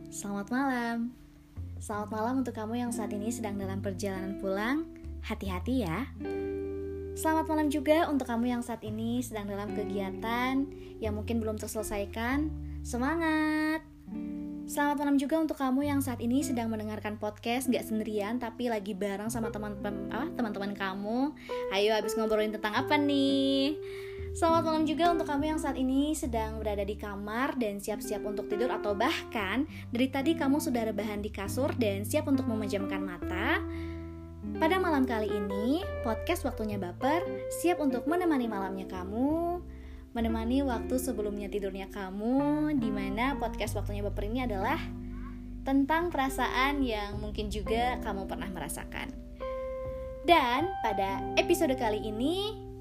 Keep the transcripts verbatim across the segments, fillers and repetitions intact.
Selamat malam. Selamat malam untuk kamu yang saat ini sedang dalam perjalanan pulang. Hati-hati ya. Selamat malam juga untuk kamu yang saat ini sedang dalam kegiatan yang mungkin belum terselesaikan. Semangat. Selamat malam juga untuk kamu yang saat ini sedang mendengarkan podcast gak sendirian tapi lagi bareng sama teman-teman ah, teman-teman kamu. Ayo habis ngobrolin tentang apa nih? Selamat malam juga untuk kamu yang saat ini sedang berada di kamar dan siap-siap untuk tidur, atau bahkan dari tadi kamu sudah rebahan di kasur dan siap untuk memejamkan mata. Pada malam kali ini, podcast Waktunya Baper siap untuk menemani malamnya kamu, menemani waktu sebelumnya tidurnya kamu, dimana podcast Waktunya Baper ini adalah tentang perasaan yang mungkin juga kamu pernah merasakan. Dan pada episode kali ini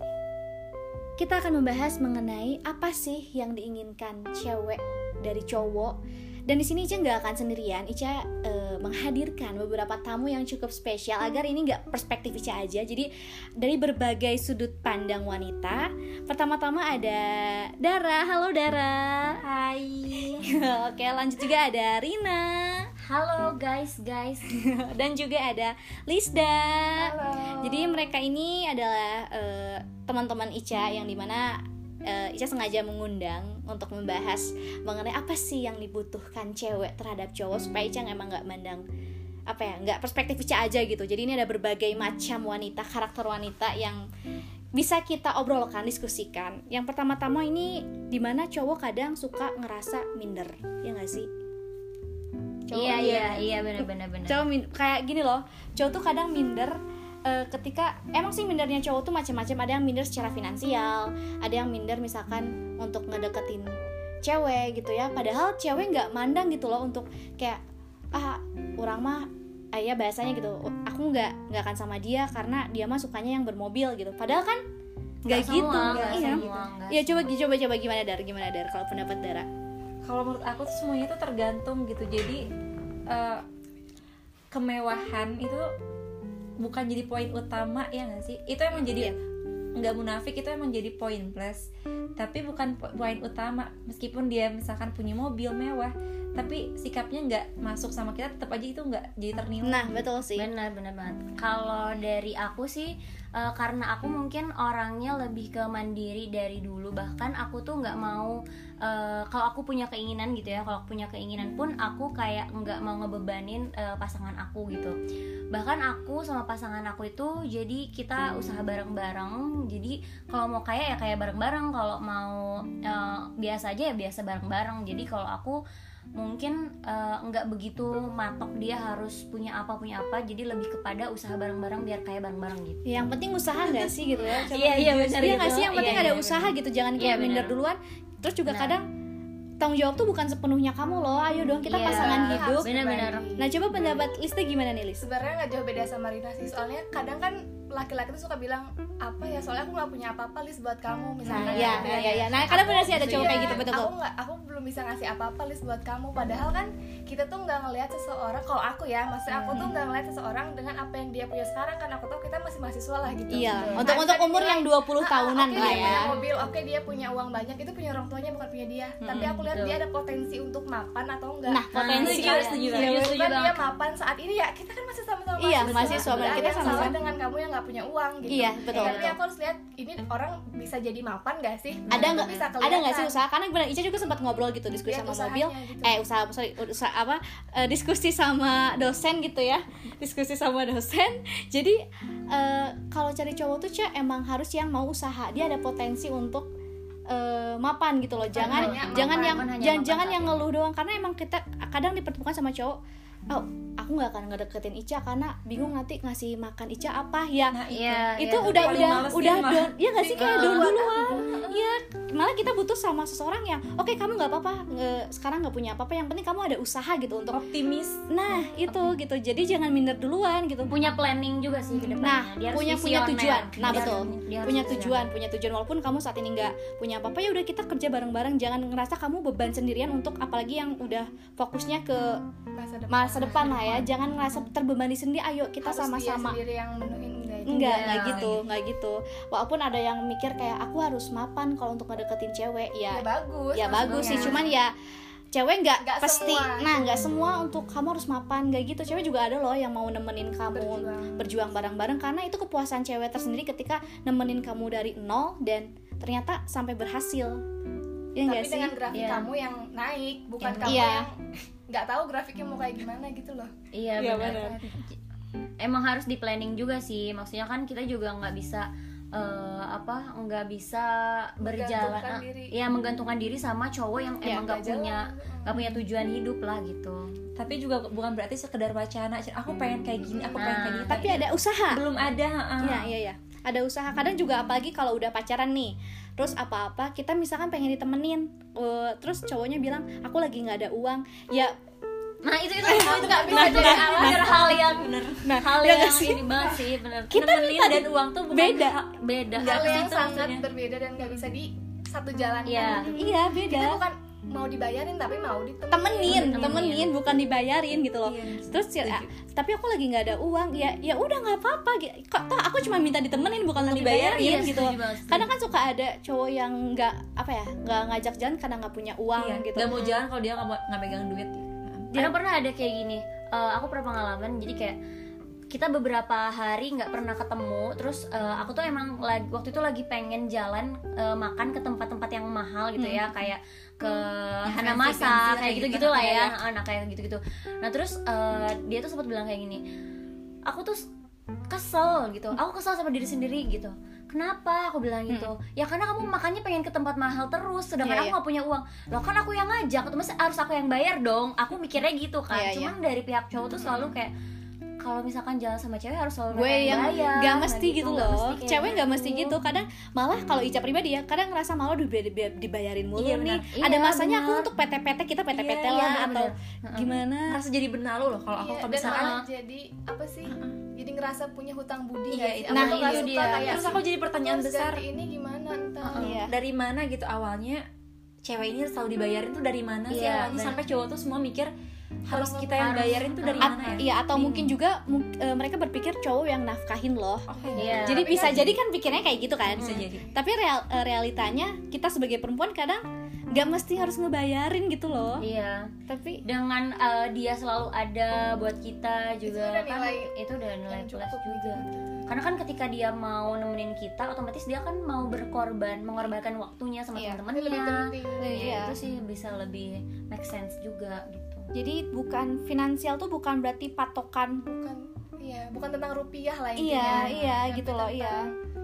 kita akan membahas mengenai apa sih yang diinginkan cewek dari cowok. Dan di sini Ica nggak akan sendirian. Ica e, menghadirkan beberapa tamu yang cukup spesial agar ini nggak perspektif Ica aja. Jadi dari berbagai sudut pandang wanita. Pertama-tama ada Dara. Halo Dara. Hai. Oke, lanjut juga ada Rina. Halo guys, guys. Dan juga ada Lisda. Halo. Jadi mereka ini adalah e, teman-teman Ica yang dimana uh, Ica sengaja mengundang untuk membahas mengenai apa sih yang dibutuhkan cewek terhadap cowok, supaya Ica emang nggak mandang apa ya, nggak perspektif Ica aja gitu. Jadi ini ada berbagai macam wanita, karakter wanita yang bisa kita obrolkan, diskusikan. Yang pertama-tama ini dimana cowok kadang suka ngerasa minder, ya nggak sih? Cowok iya iya iya benar-benar benar. Cowok min- kayak gini loh, cowok tuh kadang minder. Uh, ketika emang sih mindernya cowok tuh macam-macam. Ada yang minder secara finansial, ada yang minder misalkan untuk ngedeketin cewek gitu ya, padahal cewek nggak mandang gitu loh untuk kayak ah orang mah ah, ya bahasanya gitu, aku nggak nggak akan sama dia karena dia mah sukanya yang bermobil gitu, padahal kan nggak gitu. Gak iya semua, ya coba coba coba gimana Dar gimana Dar kalau pendapat Dara? Kalau menurut aku tuh semuanya tuh tergantung gitu. Jadi uh, kemewahan itu bukan jadi poin utama, ya nggak sih? Itu emang jadi nggak munafik, itu emang jadi poin plus, tapi bukan poin utama. Meskipun dia misalkan punya mobil mewah, tapi sikapnya nggak masuk sama kita, tetap aja itu nggak jadi ternilai. Nah betul sih. Benar benar banget. Kalau dari aku sih uh, karena aku mungkin orangnya lebih ke mandiri dari dulu. Bahkan aku tuh nggak mau uh, kalau aku punya keinginan gitu ya, kalau aku punya keinginan pun aku kayak nggak mau ngebebanin uh, pasangan aku gitu. Bahkan aku sama pasangan aku itu jadi kita usaha bareng-bareng. Jadi kalau mau kaya ya kaya bareng-bareng, kalau mau uh, biasa aja ya biasa bareng-bareng. Jadi kalau aku mungkin uh, nggak begitu matok dia harus punya apa punya apa, jadi lebih kepada usaha bareng-bareng biar kaya bareng-bareng gitu. Yang penting usaha nggak sih gitu ya? Iya iya benar Iya gitu. nggak sih, yang penting iya, ada iya, usaha bener. gitu, jangan Iya, kayak minder bener. duluan. Terus juga Benar. kadang tanggung jawab tuh bukan sepenuhnya kamu loh, ayo dong kita Iya, pasangan hidup. benar-benar. Nah coba pendapat Lista gimana nih Lis? Sebenarnya nggak jauh beda sama Rina sih, soalnya kadang kan laki-laki tuh suka bilang apa ya, soalnya aku nggak punya apa-apa Lis buat kamu misalnya. Iya gitu iya iya. Nah kadang benar sih ada cowok Iya, kayak gitu, betul aku tuh. nggak, aku belum bisa ngasih apa-apa Lis buat kamu, padahal kan kita tuh nggak ngelihat seseorang, kalau aku ya, maksudnya aku tuh nggak ngelihat seseorang dengan apa yang dia punya sekarang, kan aku tahu kita masih mahasiswa lah gitu. Iya. Nah, Untuk untuk kita umur dinilai, yang dua puluh ah, tahunan oke, lah dia ya. punya mobil, oke dia punya uang banyak, itu punya orang tuanya bukan punya dia. Tapi aku lihat betul. dia ada potensi untuk mapan atau enggak. Nah potensi setuju, kan. setuju Iya, banget. betul. Setuju Kan dia banget. mapan saat ini ya, kita kan masih sama-sama Iya, mahasiswa, Nggak kita ada yang sama-sama. salah dengan kamu yang nggak punya uang gitu. Iya, betul, Tapi betul. aku harus lihat ini orang bisa jadi mapan nggak sih? Ada Itu nggak bisa ada nggak sih kelihatan. usaha? Karena benar Ica juga sempat ngobrol gitu, diskusi Lihat sama usahanya mobil. gitu. Eh usaha sorry usaha apa? Eh, diskusi sama dosen gitu ya. Diskusi sama dosen. Jadi eh, kalau cari cowok tuh Ca emang harus yang mau usaha. Dia ada potensi untuk eh, mapan gitu loh. Jangan hanya jangan mapan, yang bukan hanya jangan mapan jangan saja. yang ngeluh doang, karena emang kita kadang dipertemukan sama cowok. Oh, aku nggak akan ngedeketin Ica karena bingung nanti ngasih makan Ica apa ya. Nah, Iya, itu iya, udah paling udah males udah sih, mah. down ya nggak sih, kayak Iya. down duluan. Iya, malah kita butuh sama seseorang yang oke kamu nggak apa-apa nge- sekarang nggak punya apa-apa, yang penting kamu ada usaha gitu untuk optimis. nah itu gitu, jadi jangan minder duluan gitu. punya planning juga sih ke depannya. Nah Dia harus punya punya visioner. tujuan, nah Dia betul harus- dia harus punya visioner. tujuan punya tujuan walaupun kamu saat ini nggak punya apa-apa, ya udah kita kerja bareng-bareng, jangan ngerasa kamu beban sendirian untuk apalagi yang udah fokusnya ke masa depan, masa depan lah ya, jangan ngerasa terbebani sendiri, ayo kita Harus dia sama-sama. sendiri yang menuhin enggak itu. Enggak, Iya, enggak gitu, enggak gitu. Walaupun ada yang mikir kayak aku harus mapan kalau untuk ngedeketin cewek, Ya ya bagus. ya bagus sih, maksudnya. cuman ya cewek nggak Nggak pasti, semua. nah nggak semua untuk kamu harus mapan nggak gitu. Cewek juga ada loh yang mau nemenin kamu Berjuang. berjuang bareng-bareng, karena itu kepuasan cewek tersendiri ketika nemenin kamu dari nol dan ternyata sampai berhasil. Ya nggak Tapi sih? dengan grafik Iya. kamu yang naik, bukan Yang- kamu Iya. yang nggak tahu grafiknya mau kayak gimana gitu loh. Iya Iya, benar. benar. Emang harus di planning juga sih. Maksudnya kan kita juga nggak bisa eh, apa nggak bisa berjalan, Menggantungkan ah, diri. ya menggantungkan diri sama cowok yang Ya, emang nggak nggak punya jalan. nggak punya tujuan hidup lah gitu. Tapi juga bukan berarti sekedar wacana, aku pengen kayak gini, aku pengen kayak Nah, gini. Tapi ada usaha. belum ada. heeh. Iya iya iya. Ada usaha. Kadang juga apalagi kalau udah pacaran nih, terus apa-apa kita misalkan pengen ditemenin, uh, terus cowoknya bilang aku lagi nggak ada uang, ya Nah itu itu itu nggak bisa nah, jadi nah, alasan. Bener hal yang nah hal ya yang nggak sih? ini banget sih bener. Kita Nemenin minta dan uang tuh bukan beda. Beda. Nggak Hal ke yang situ sangat maksudnya. berbeda dan nggak bisa di satu jalan. Iya. Iya beda. Kita bukan mau dibayarin tapi mau ditemenin. temenin, Temenin. temenin bukan dibayarin gitu loh. Iya, Terus ya, tapi aku lagi nggak ada uang, ya ya udah nggak apa-apa. Kok toh aku cuma minta ditemenin bukan mau dibayarin Iya, gitu. setuju banget, setuju. Karena kan suka ada cowok yang nggak apa ya, nggak ngajak jalan karena nggak punya uang Iya, gitu. nggak mau jalan kalau dia nggak mau- nggak megang duit. Karena pernah ada kayak gini, eh, aku pernah pengalaman, jadi kayak kita beberapa hari nggak pernah ketemu, terus eh, aku tuh emang lagi, waktu itu lagi pengen jalan eh, makan ke tempat-tempat yang mahal gitu ya, kayak ke Yang Hanamasa, fancy-fancy kayak kayak gitu-gitu gitu. lah Iya, ya, iya. nah kayak gitu-gitu. Nah terus eh, dia tuh sempat bilang kayak gini, aku tuh kesel gitu, aku kesel sama diri sendiri gitu. Kenapa aku bilang gitu? Ya karena kamu makannya pengen ke tempat mahal terus, sedangkan Iya, aku iya. nggak punya uang. Loh kan aku yang ngajak, masa harus aku yang bayar dong? Aku mikirnya gitu kan. Iya, Cuman dari pihak cowok tuh selalu kayak kalau misalkan jalan sama cewek harus selalu gue mereka yang bayar. nggak Nah, mesti gitu nggak loh, mesti kayak cewek nggak mesti gitu. gitu. Kadang malah kalau Ica pribadi ya, kadang ngerasa malu dibayar- dibayar- dibayarin mulu Iya, nih. benar. Ada Iya, masanya aku benar. untuk P T P T kita P T P T Iya, lah iya, atau benar. gimana. Merasa jadi benalu loh kalau aku Iya, kalau dan misalkan malah jadi apa sih? Jadi ngerasa punya hutang budi Iya, nggak sih? itu. Aku Nah, tuh nggak itu suka dia. kayak terus aku jadi pertanyaan harus besar, ganti ini gimana entah. Iya. dari mana gitu awalnya cewek ini selalu dibayarin tuh dari mana sih Iya, awalnya benar. sampai cowok tuh semua mikir harus Kalau kita yang harus- bayarin tuh dari At- mana ya? iya atau Bingung. mungkin juga mu- e, mereka berpikir cowok yang nafkahin loh. Oke. Iya. Jadi tapi bisa kan- jadi kan pikirnya kayak gitu kan. Bisa jadi. Tapi real, e, realitanya kita sebagai perempuan kadang nggak mesti harus ngebayarin gitu loh. Iya. Tapi Dengan eh, dia selalu ada buat kita juga udah kan nilai itu udah nilai yang plus cukup juga. Karena kan ketika dia mau nemenin kita, otomatis dia kan mau berkorban, mengorbankan waktunya sama Iya. teman-temannya. Itu lebih penting. Ya, Iya. itu sih bisa lebih make sense juga gitu. jadi bukan finansial tuh bukan berarti patokan. Bukan iya, bukan tentang rupiah lah Iya, intinya. iya Tapi gitu loh, tentang- iya.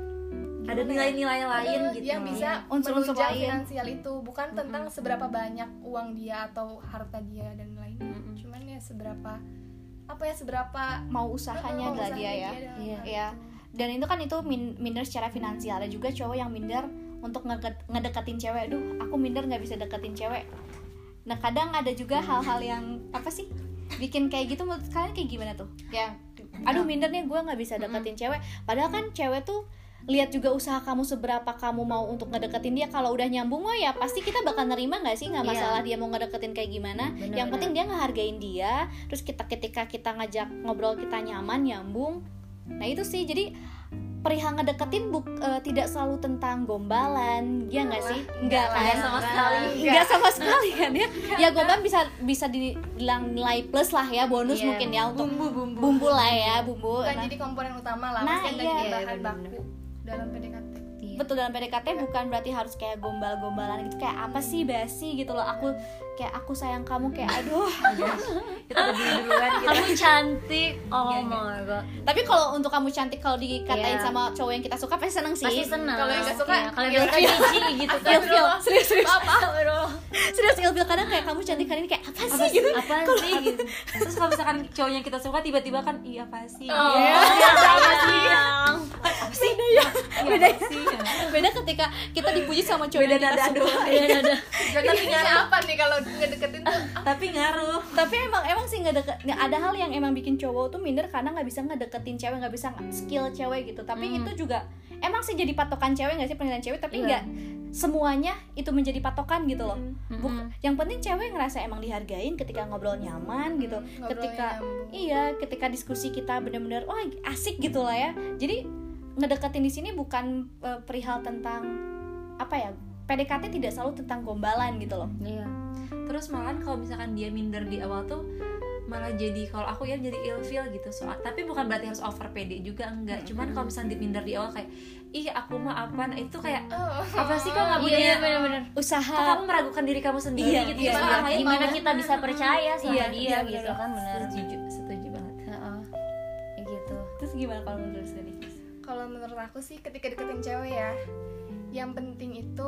Ada nilai-nilai lain Betul, gitu. yang bisa Unsur-unsur menunjang lain. finansial itu bukan tentang seberapa banyak uang dia atau harta dia dan lainnya. Mm-mm. Cuman ya seberapa apa ya seberapa Mau usahanya Oh, lah usahanya dia ya. dalam Iya. hal Iya. itu. Dan itu kan itu min- minder secara finansial. Ada juga cowok yang minder untuk ngeket- ngedeketin cewek. Duh, aku minder nggak bisa deketin cewek. Nah, kadang ada juga hal-hal yang apa sih bikin kayak gitu. Menurut kalian kayak gimana tuh? Yang aduh minder nih gue nggak bisa deketin cewek. Padahal kan cewek tuh lihat juga usaha kamu seberapa kamu mau untuk ngedeketin dia. Kalau udah nyambung mah ya pasti kita bakal nerima nggak sih, nggak Iya. masalah dia mau ngedeketin kayak gimana. Bener, yang bener. penting dia ngehargain dia. Terus kita ketika kita ngajak ngobrol kita nyaman nyambung. Nah itu sih, jadi perihal ngedeketin buk, eh, tidak selalu tentang gombalan, ya nggak sih? Enggak kan? Nggak sama sekali. Enggak sama sekali kan ya. Ya gombalan bisa bisa dibilang nilai plus lah ya, bonus Iya. mungkin ya untuk Bumbu-bumbu. bumbu lah ya, bumbu. Bukan Nah, jadi komponen utama lah, Nah, maksudnya iya. jadi Iya, bahan bener-bener. baku dalam P D K T. Iya. betul, dalam P D K T bukan berarti harus kayak gombal-gombalan gitu, kayak apa sih basi gitu loh. Aku kayak aku sayang kamu kayak aduh. Kita berdiri duluan gitu. Kamu cantik. Oh Iya, my god. Tapi kalau untuk kamu cantik, kalau dikatain Iya. sama cowok yang kita suka pasti seneng sih. Pasti senang. Kalau yang nggak suka, Iya, kalau iya, yang iya. suka jijik gitu kan. Ilfil, serius serius. Apa? Serius ilfil, kadang kayak kamu cantik kali ini kayak apa sih gitu. Apa sih gitu? Terus kalau misalkan cowok yang kita suka tiba-tiba kan iya apa sih? Oh, Iya. iya, sayang. Apa sih? Beda ya. Beda Beda sih. Beda ketika kita dipuji sama cowok Beda yang kita nada suka. doang. Iya, ada. Tapi apa nih kalau ngedeketin tuh? Tapi ngaruh. Tapi emang emang sih nggak deket, nggak ada hal yang emang bikin cowok tuh minder karena nggak bisa ngedeketin cewek, nggak bisa skill cewek gitu. Tapi Hmm. itu juga emang sih jadi patokan cewek nggak sih, penilaian cewek. Tapi Iya. nggak semuanya itu menjadi patokan gitu loh. Mm-mm. Buk- yang penting cewek ngerasa emang dihargain ketika ngobrol nyaman gitu. Ngobrolnya Ketika nyambung. iya, ketika diskusi kita benar-benar wah asik gitu lah ya. Jadi ngedeketin di sini bukan eh, perihal tentang apa ya, P D K T tidak selalu tentang gombalan gitu loh. Iya. terus malahan kalau misalkan dia minder di awal tuh malah jadi, kalau aku ya jadi ilfeel gitu. Soal tapi bukan berarti harus over pede juga, enggak, cuman kalau misalnya di minder di awal kayak ih aku mah apa, nah itu kayak apa sih kok nggak punya Iya benar-benar. Usaha. kok kamu meragukan diri kamu sendiri Iya, gitu iya, ya, iya. lain Gimana malah- kita bisa percaya sama Iya, dia iya, gitu benar. kan, benar. setuju setuju banget. Heeh. Kayak gitu. Terus gimana kalau menurut Sari? Kalau menurut aku sih ketika deketin cewek ya, yang penting itu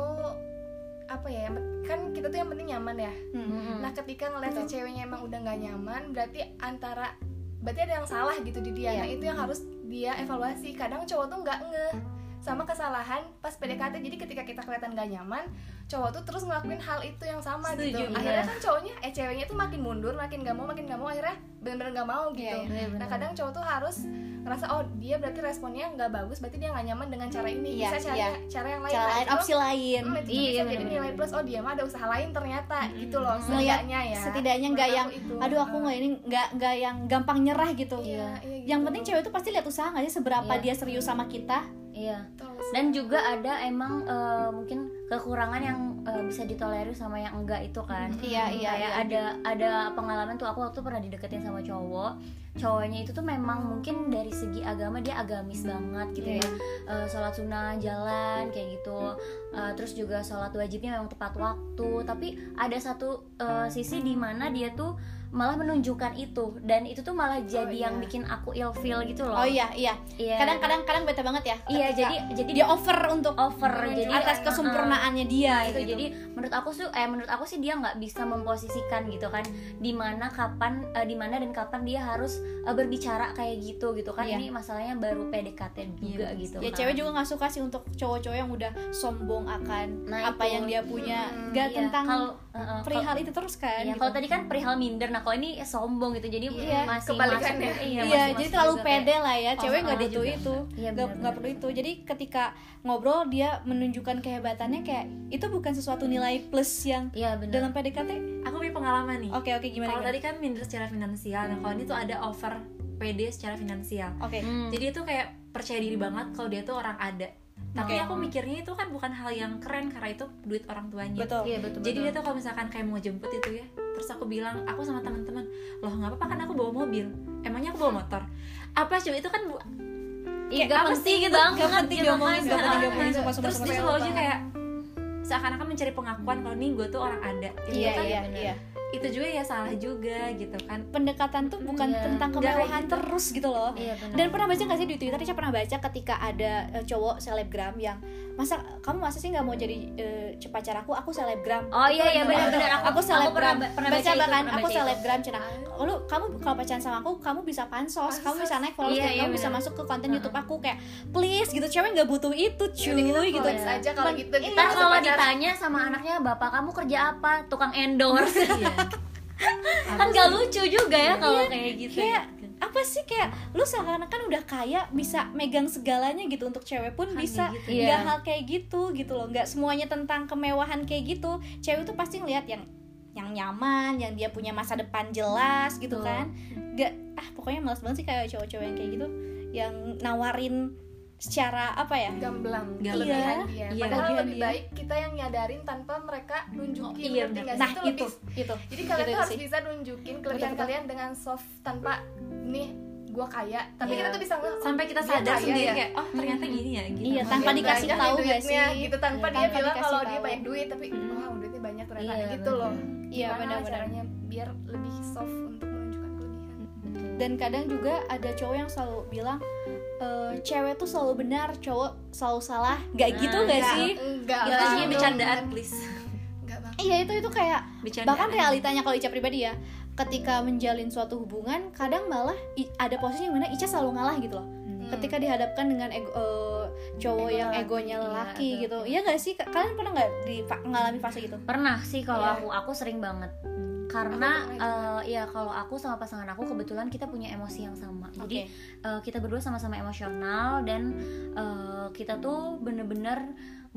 apa ya, yang pen- kan kita tuh yang penting nyaman ya. Mm-mm. Nah ketika ngeliat si Betul. ceweknya emang udah nggak nyaman, berarti antara berarti ada yang salah gitu di dia. Iya. Nah itu yang harus dia evaluasi. Kadang cowok tuh nggak ngeh sama kesalahan pas P D K T. Jadi ketika kita kelihatan nggak nyaman, cowok tuh terus ngelakuin hal itu yang sama Setuju, gitu. iya. Akhirnya kan cowoknya, eh ceweknya tuh makin mundur, makin nggak mau, makin nggak mau, akhirnya benar-benar nggak mau gitu. Iya, iya, Nah benar. kadang cowok tuh harus ngerasa oh dia berarti responnya nggak bagus, berarti dia nggak nyaman dengan cara ini. Iya, Bisa cari iya. cara yang lain. Cara Nah, lain, itu- opsi lain. Hmm, itu tuh Iya, bisa bener, jadi bener. nilai plus. Oh dia mah ada usaha lain ternyata gitu loh. Ngeliat Setidaknya ya. setidaknya nggak Menurut yang aku itu. aduh aku nggak ini nggak nggak yang gampang nyerah gitu. Iya, iya gitu. Yang penting cewek tuh pasti lihat usaha nggak sih, seberapa Iya. dia serius sama kita. Iya. Betul. Dan juga ada emang eh, mungkin kekurangan yang eh, bisa ditolerir sama yang enggak itu kan. Iya, iya, Kayak iya. ada ada pengalaman tuh, aku waktu pernah dideketin sama cowok. Cowoknya itu tuh memang mungkin dari segi agama dia agamis banget gitu ya. Eh, sholat sunnah jalan kayak gitu. Eh, terus juga sholat wajibnya memang tepat waktu. Tapi ada satu eh, sisi di mana dia tuh malah menunjukkan itu, dan itu tuh malah jadi iya. yang bikin aku ilfeel gitu loh. Oh iya iya. Iya. Kadang-kadang kadang bete banget ya. Iya, ketika jadi jadi dia over untuk over Menunjukkan jadi atas kesempurnaannya dia itu gitu. jadi menurut aku sih eh menurut aku sih dia nggak bisa memposisikan gitu kan di mana kapan eh, di mana dan kapan dia harus eh, berbicara kayak gitu gitu kan. Iya. Ini masalahnya baru P D K T juga Iya, gitu Ya kan. cewek juga nggak suka sih untuk cowok-cowok yang udah sombong akan Nah, apa itu. yang dia punya, Hmm, nggak Iya, tentang kalau eh, eh, perihal itu terus kan. Iya, gitu. kalau tadi kan perihal minder, nah kalau ini sombong gitu, jadi Iya, masih kebalikannya. masuk, Iya, masih jadi masuk terlalu juga pede kayak- lah ya. Cewek nggak oh, butuh juga. itu, Iya, nggak benar, nggak perlu itu. Jadi ketika ngobrol dia menunjukkan kehebatannya, kayak itu bukan sesuatu nilai plus yang Iya benar. dalam P D K T. Aku punya pengalaman nih. Oke oke gimana? Kalau gimana? tadi kan minder secara finansial, nah kalau ini tuh ada over pede secara finansial. Oke. Hmm. Jadi itu kayak percaya diri banget kalau dia tuh orang ada. Tapi Oke. aku mikirnya itu kan bukan hal yang keren karena itu duit orang tuanya. Betul. Iya betul. Jadi dia betul. tuh kalau misalkan kayak mau jemput itu ya, terus aku bilang, aku sama teman-teman, loh nggak apa-apa kan aku bawa mobil, emangnya aku bawa motor? Apa coba itu kan bu- Ih, kayak gak apa penting sih gitu, banget Gak penting gitu diomongin, kan. gak penting diomongin, sumpah, sumpah, terus sumpah, dia sumpah. selalu aja kayak seakan-akan mencari pengakuan kalau nih gue tuh orang ada. Itu Iya kan, iya bener. iya. itu juga ya salah juga gitu kan. Pendekatan tuh bukan Iya. tentang Nggak kayak kemewahan gitu. terus gitu loh. Iya benar. Dan pernah baca nggak sih di Twitter? Saya pernah baca ketika ada eh, cowok selebgram yang masa kamu masa sih nggak mau jadi eh, pacar aku? Aku selebgram. Oh iya iya benar-benar aku Aku selebgram. pernah, pernah baca baca itu, bahkan pernah aku baca itu. selebgram cina. Lalu kamu kalau pacaran sama aku, kamu bisa pansos, kamu bisa naik followers, Iya, dan iya, kamu bisa benar. masuk ke konten YouTube aku, kayak please gitu. Cewek nggak butuh itu cuy Yaudah, kita gitu. collabs aja kalau gitu. Kita Ntar bisa kalau pacaran. ditanya sama anaknya, bapak kamu kerja apa? Tukang endorse. Iya. Kan gak lucu juga ya kalau kayak gitu. Kayak apa sih, kayak lu seakan-akan udah kaya bisa megang segalanya gitu. Untuk cewek pun Kan bisa kayak gitu. nggak Iya. hal kayak gitu gitu loh, nggak semuanya tentang kemewahan kayak gitu. Cewek tuh pasti ngelihat yang yang nyaman, yang dia punya masa depan jelas gitu Betul. kan. Nggak, ah pokoknya males banget sih kayak cowok-cowok yang kayak gitu, yang nawarin secara apa ya, gamblang Iya. kelebihan dia. Iya. Padahal Kelebihan lebih dia. baik kita yang nyadarin tanpa mereka nunjukin. Oh, iya, ngerti benar. nggak sih? nah itu itu lebih. itu Jadi kalian Itu tuh harus sih. bisa nunjukin kelebihan Betul, betul. kalian dengan soft tanpa nih gua kaya. Tapi Iya. kita tuh bisa nge Sampai kita dia sadar kaya sendiri ya. kayak oh ternyata gini ya gitu. Iya, Oh, tanpa dia dikasih banyak tahu nih nggak duitnya, sih? gitu tanpa Iya, dia tanpa bilang dikasih kalau dia tahu. banyak duit tapi wow duitnya banyak ternyata Iya, gitu benar. loh. Iya, Gimana benar-benar. caranya biar lebih soft untuk menunjukkan kelebihan. Dan kadang juga ada cowok yang selalu bilang e, cewek tuh selalu benar, cowok selalu salah. Nggak Nah, gitu nggak iya. sih? Enggak. Itu Gitu. aja bercandaan please. Enggak banget. Iya itu itu kayak Bercandaan. bahkan realitanya kalau Ica pribadi ya, ketika menjalin suatu hubungan kadang malah i- ada posisi yang mana Ica selalu ngalah gitu loh. Hmm. Ketika dihadapkan dengan ego, eh, cowok Ego yang lelaki, egonya iya, lelaki ego gitu. lelaki. Iya nggak sih? Ka- Kalian pernah nggak di mengalami fase gitu? Pernah sih kalau Iya. aku, aku sering banget. Hmm. Karena Aku pernah eh, ya kalau aku sama pasangan aku kebetulan kita punya emosi yang sama. Jadi Oke. eh, kita berdua sama-sama emosional dan eh, kita tuh bener-bener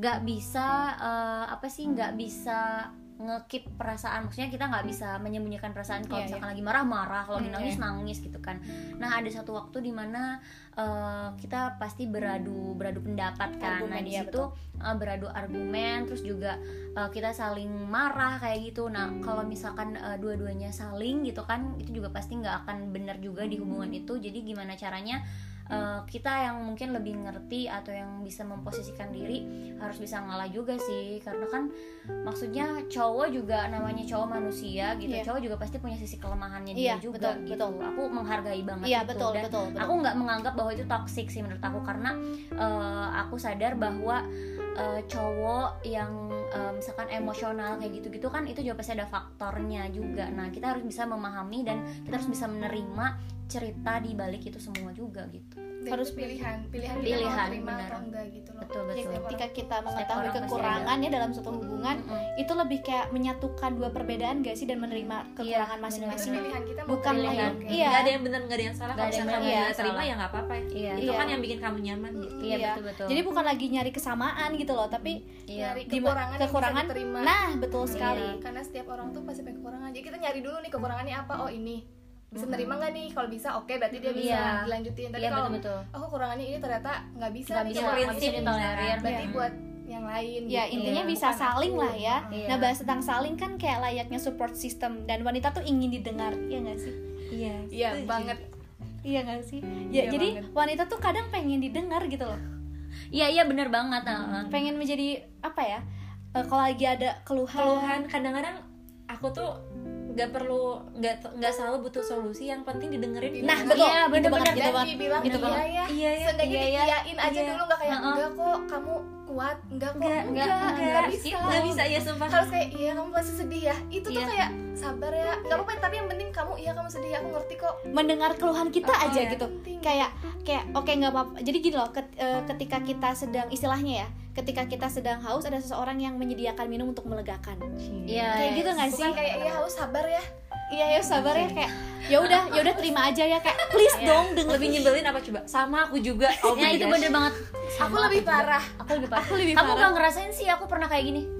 nggak bisa uh, apa sih nggak bisa nge-keep perasaan, maksudnya kita nggak bisa menyembunyikan perasaan kalau yeah, misalkan yeah. lagi marah-marah, kalau lagi Hmm, nangis yeah. nangis gitu kan. Nah ada satu waktu dimana uh, kita pasti beradu beradu pendapat kan, Argumen, nah di iya, situ uh, beradu argumen, terus juga uh, kita saling marah kayak gitu. Nah kalau misalkan uh, dua-duanya saling gitu kan, itu juga pasti nggak akan benar juga di hubungan itu. Jadi gimana caranya Uh, kita yang mungkin lebih ngerti atau yang bisa memposisikan diri harus bisa ngalah juga sih, karena kan maksudnya cowok juga namanya cowok manusia gitu, yeah. cowok juga pasti punya sisi kelemahannya yeah, dia juga betul, gitu. betul. Aku menghargai banget yeah, itu betul, dan betul, betul. aku nggak menganggap bahwa itu toxic sih menurut aku, karena uh, aku sadar bahwa uh, cowok yang uh, misalkan emosional kayak gitu-gitu kan itu juga pasti ada faktornya juga. Nah kita harus bisa memahami dan kita harus bisa menerima cerita di balik itu semua juga gitu. Dan Harus pilihan pilihan kita Pilihan, mau terima benar. atau enggak gitu loh. Betul, Jadi betul. ketika kita Setiap mengetahui orang pasti kekurangan ya dalam suatu hubungan, Mm-mm. itu lebih kayak menyatukan dua perbedaan gak sih, dan menerima kekurangan Iya, Itu masing-masing. pilihan kita mau Bukan terima pilihan. ya, oke. Iya. Nggak ada yang benar, nggak ada yang salah. Nggak Kalau ada yang misalnya kamu benar, nggak terima salah. ya nggak apa-apa. Iya. Itu Iya. kan yang bikin kamu nyaman gitu. Iya, Iya. betul-betul. Jadi bukan lagi nyari kesamaan gitu loh, tapi Iya. Nyari di kekurangan, kekurangan yang bisa diterima. nah betul sekali. Iya. Karena setiap orang tuh pasti punya kekurangan. Jadi kita nyari dulu nih kekurangannya apa. Oh ini bisa nerima nggak nih? Kalau bisa oke, berarti dia bisa Iya. dilanjutin. Tapi Iya, kalau betul-betul. oh kekurangannya ini ternyata nggak bisa Nggak nih, bisa, sama nggak prinsip bisa ditolerir. berarti Iya. buat yang lain Ya gitu. intinya Iya. bisa Bukan saling aku. lah ya. Iya. Nah bahas tentang saling kan kayak layaknya support system, dan wanita tuh ingin didengar, iya nggak sih? Iya. Iya setuju. banget. Iya nggak sih? Ya Iya jadi banget. wanita tuh kadang pengen didengar gitu loh, Iya iya benar banget. Nah, pengen menjadi apa ya? eh, kalau lagi ada keluhan, Keluhan kadang-kadang aku tuh nggak perlu nggak nggak selalu butuh solusi, yang penting didengerin. Nah, Iya, betul. iya, Itu bener-bener. banget, itu Dan banget. dibilang Itu iya banget. ya, Iya, iya, seenggaknya iya, iya. diiyain aja Iya. dulu, nggak kayak Heeh. enggak kok kamu kuat, enggak kok Enggak, enggak, enggak, enggak, enggak. bisa. Itu Nggak bisa ya sumpah. Harus kayak iya kamu pasti sedih ya. Itu tuh Iya. kayak sabar ya. Enggak apa-apa, tapi yang penting kamu iya kamu sedih, aku ngerti kok. mendengar keluhan kita Oh, aja iya. gitu. Penting. Kayak kayak oke nggak apa-apa. Jadi gini loh, ket- eh, ketika kita sedang istilahnya ya, ketika kita sedang haus ada seseorang yang menyediakan minum untuk melegakan. Iya. Kayak gitu nggak sih? Bukan kayak iya harus sabar ya. Iya ya sabar ya, kayak ya udah ya udah terima aja ya, kayak please dong denger. Lebih nyebelin apa coba? Sama aku juga. Oh Ya my itu gosh. bener banget. Aku lebih parah. Aku lebih parah. Aku lebih Kamu parah. nggak ngerasain sih aku pernah kayak gini.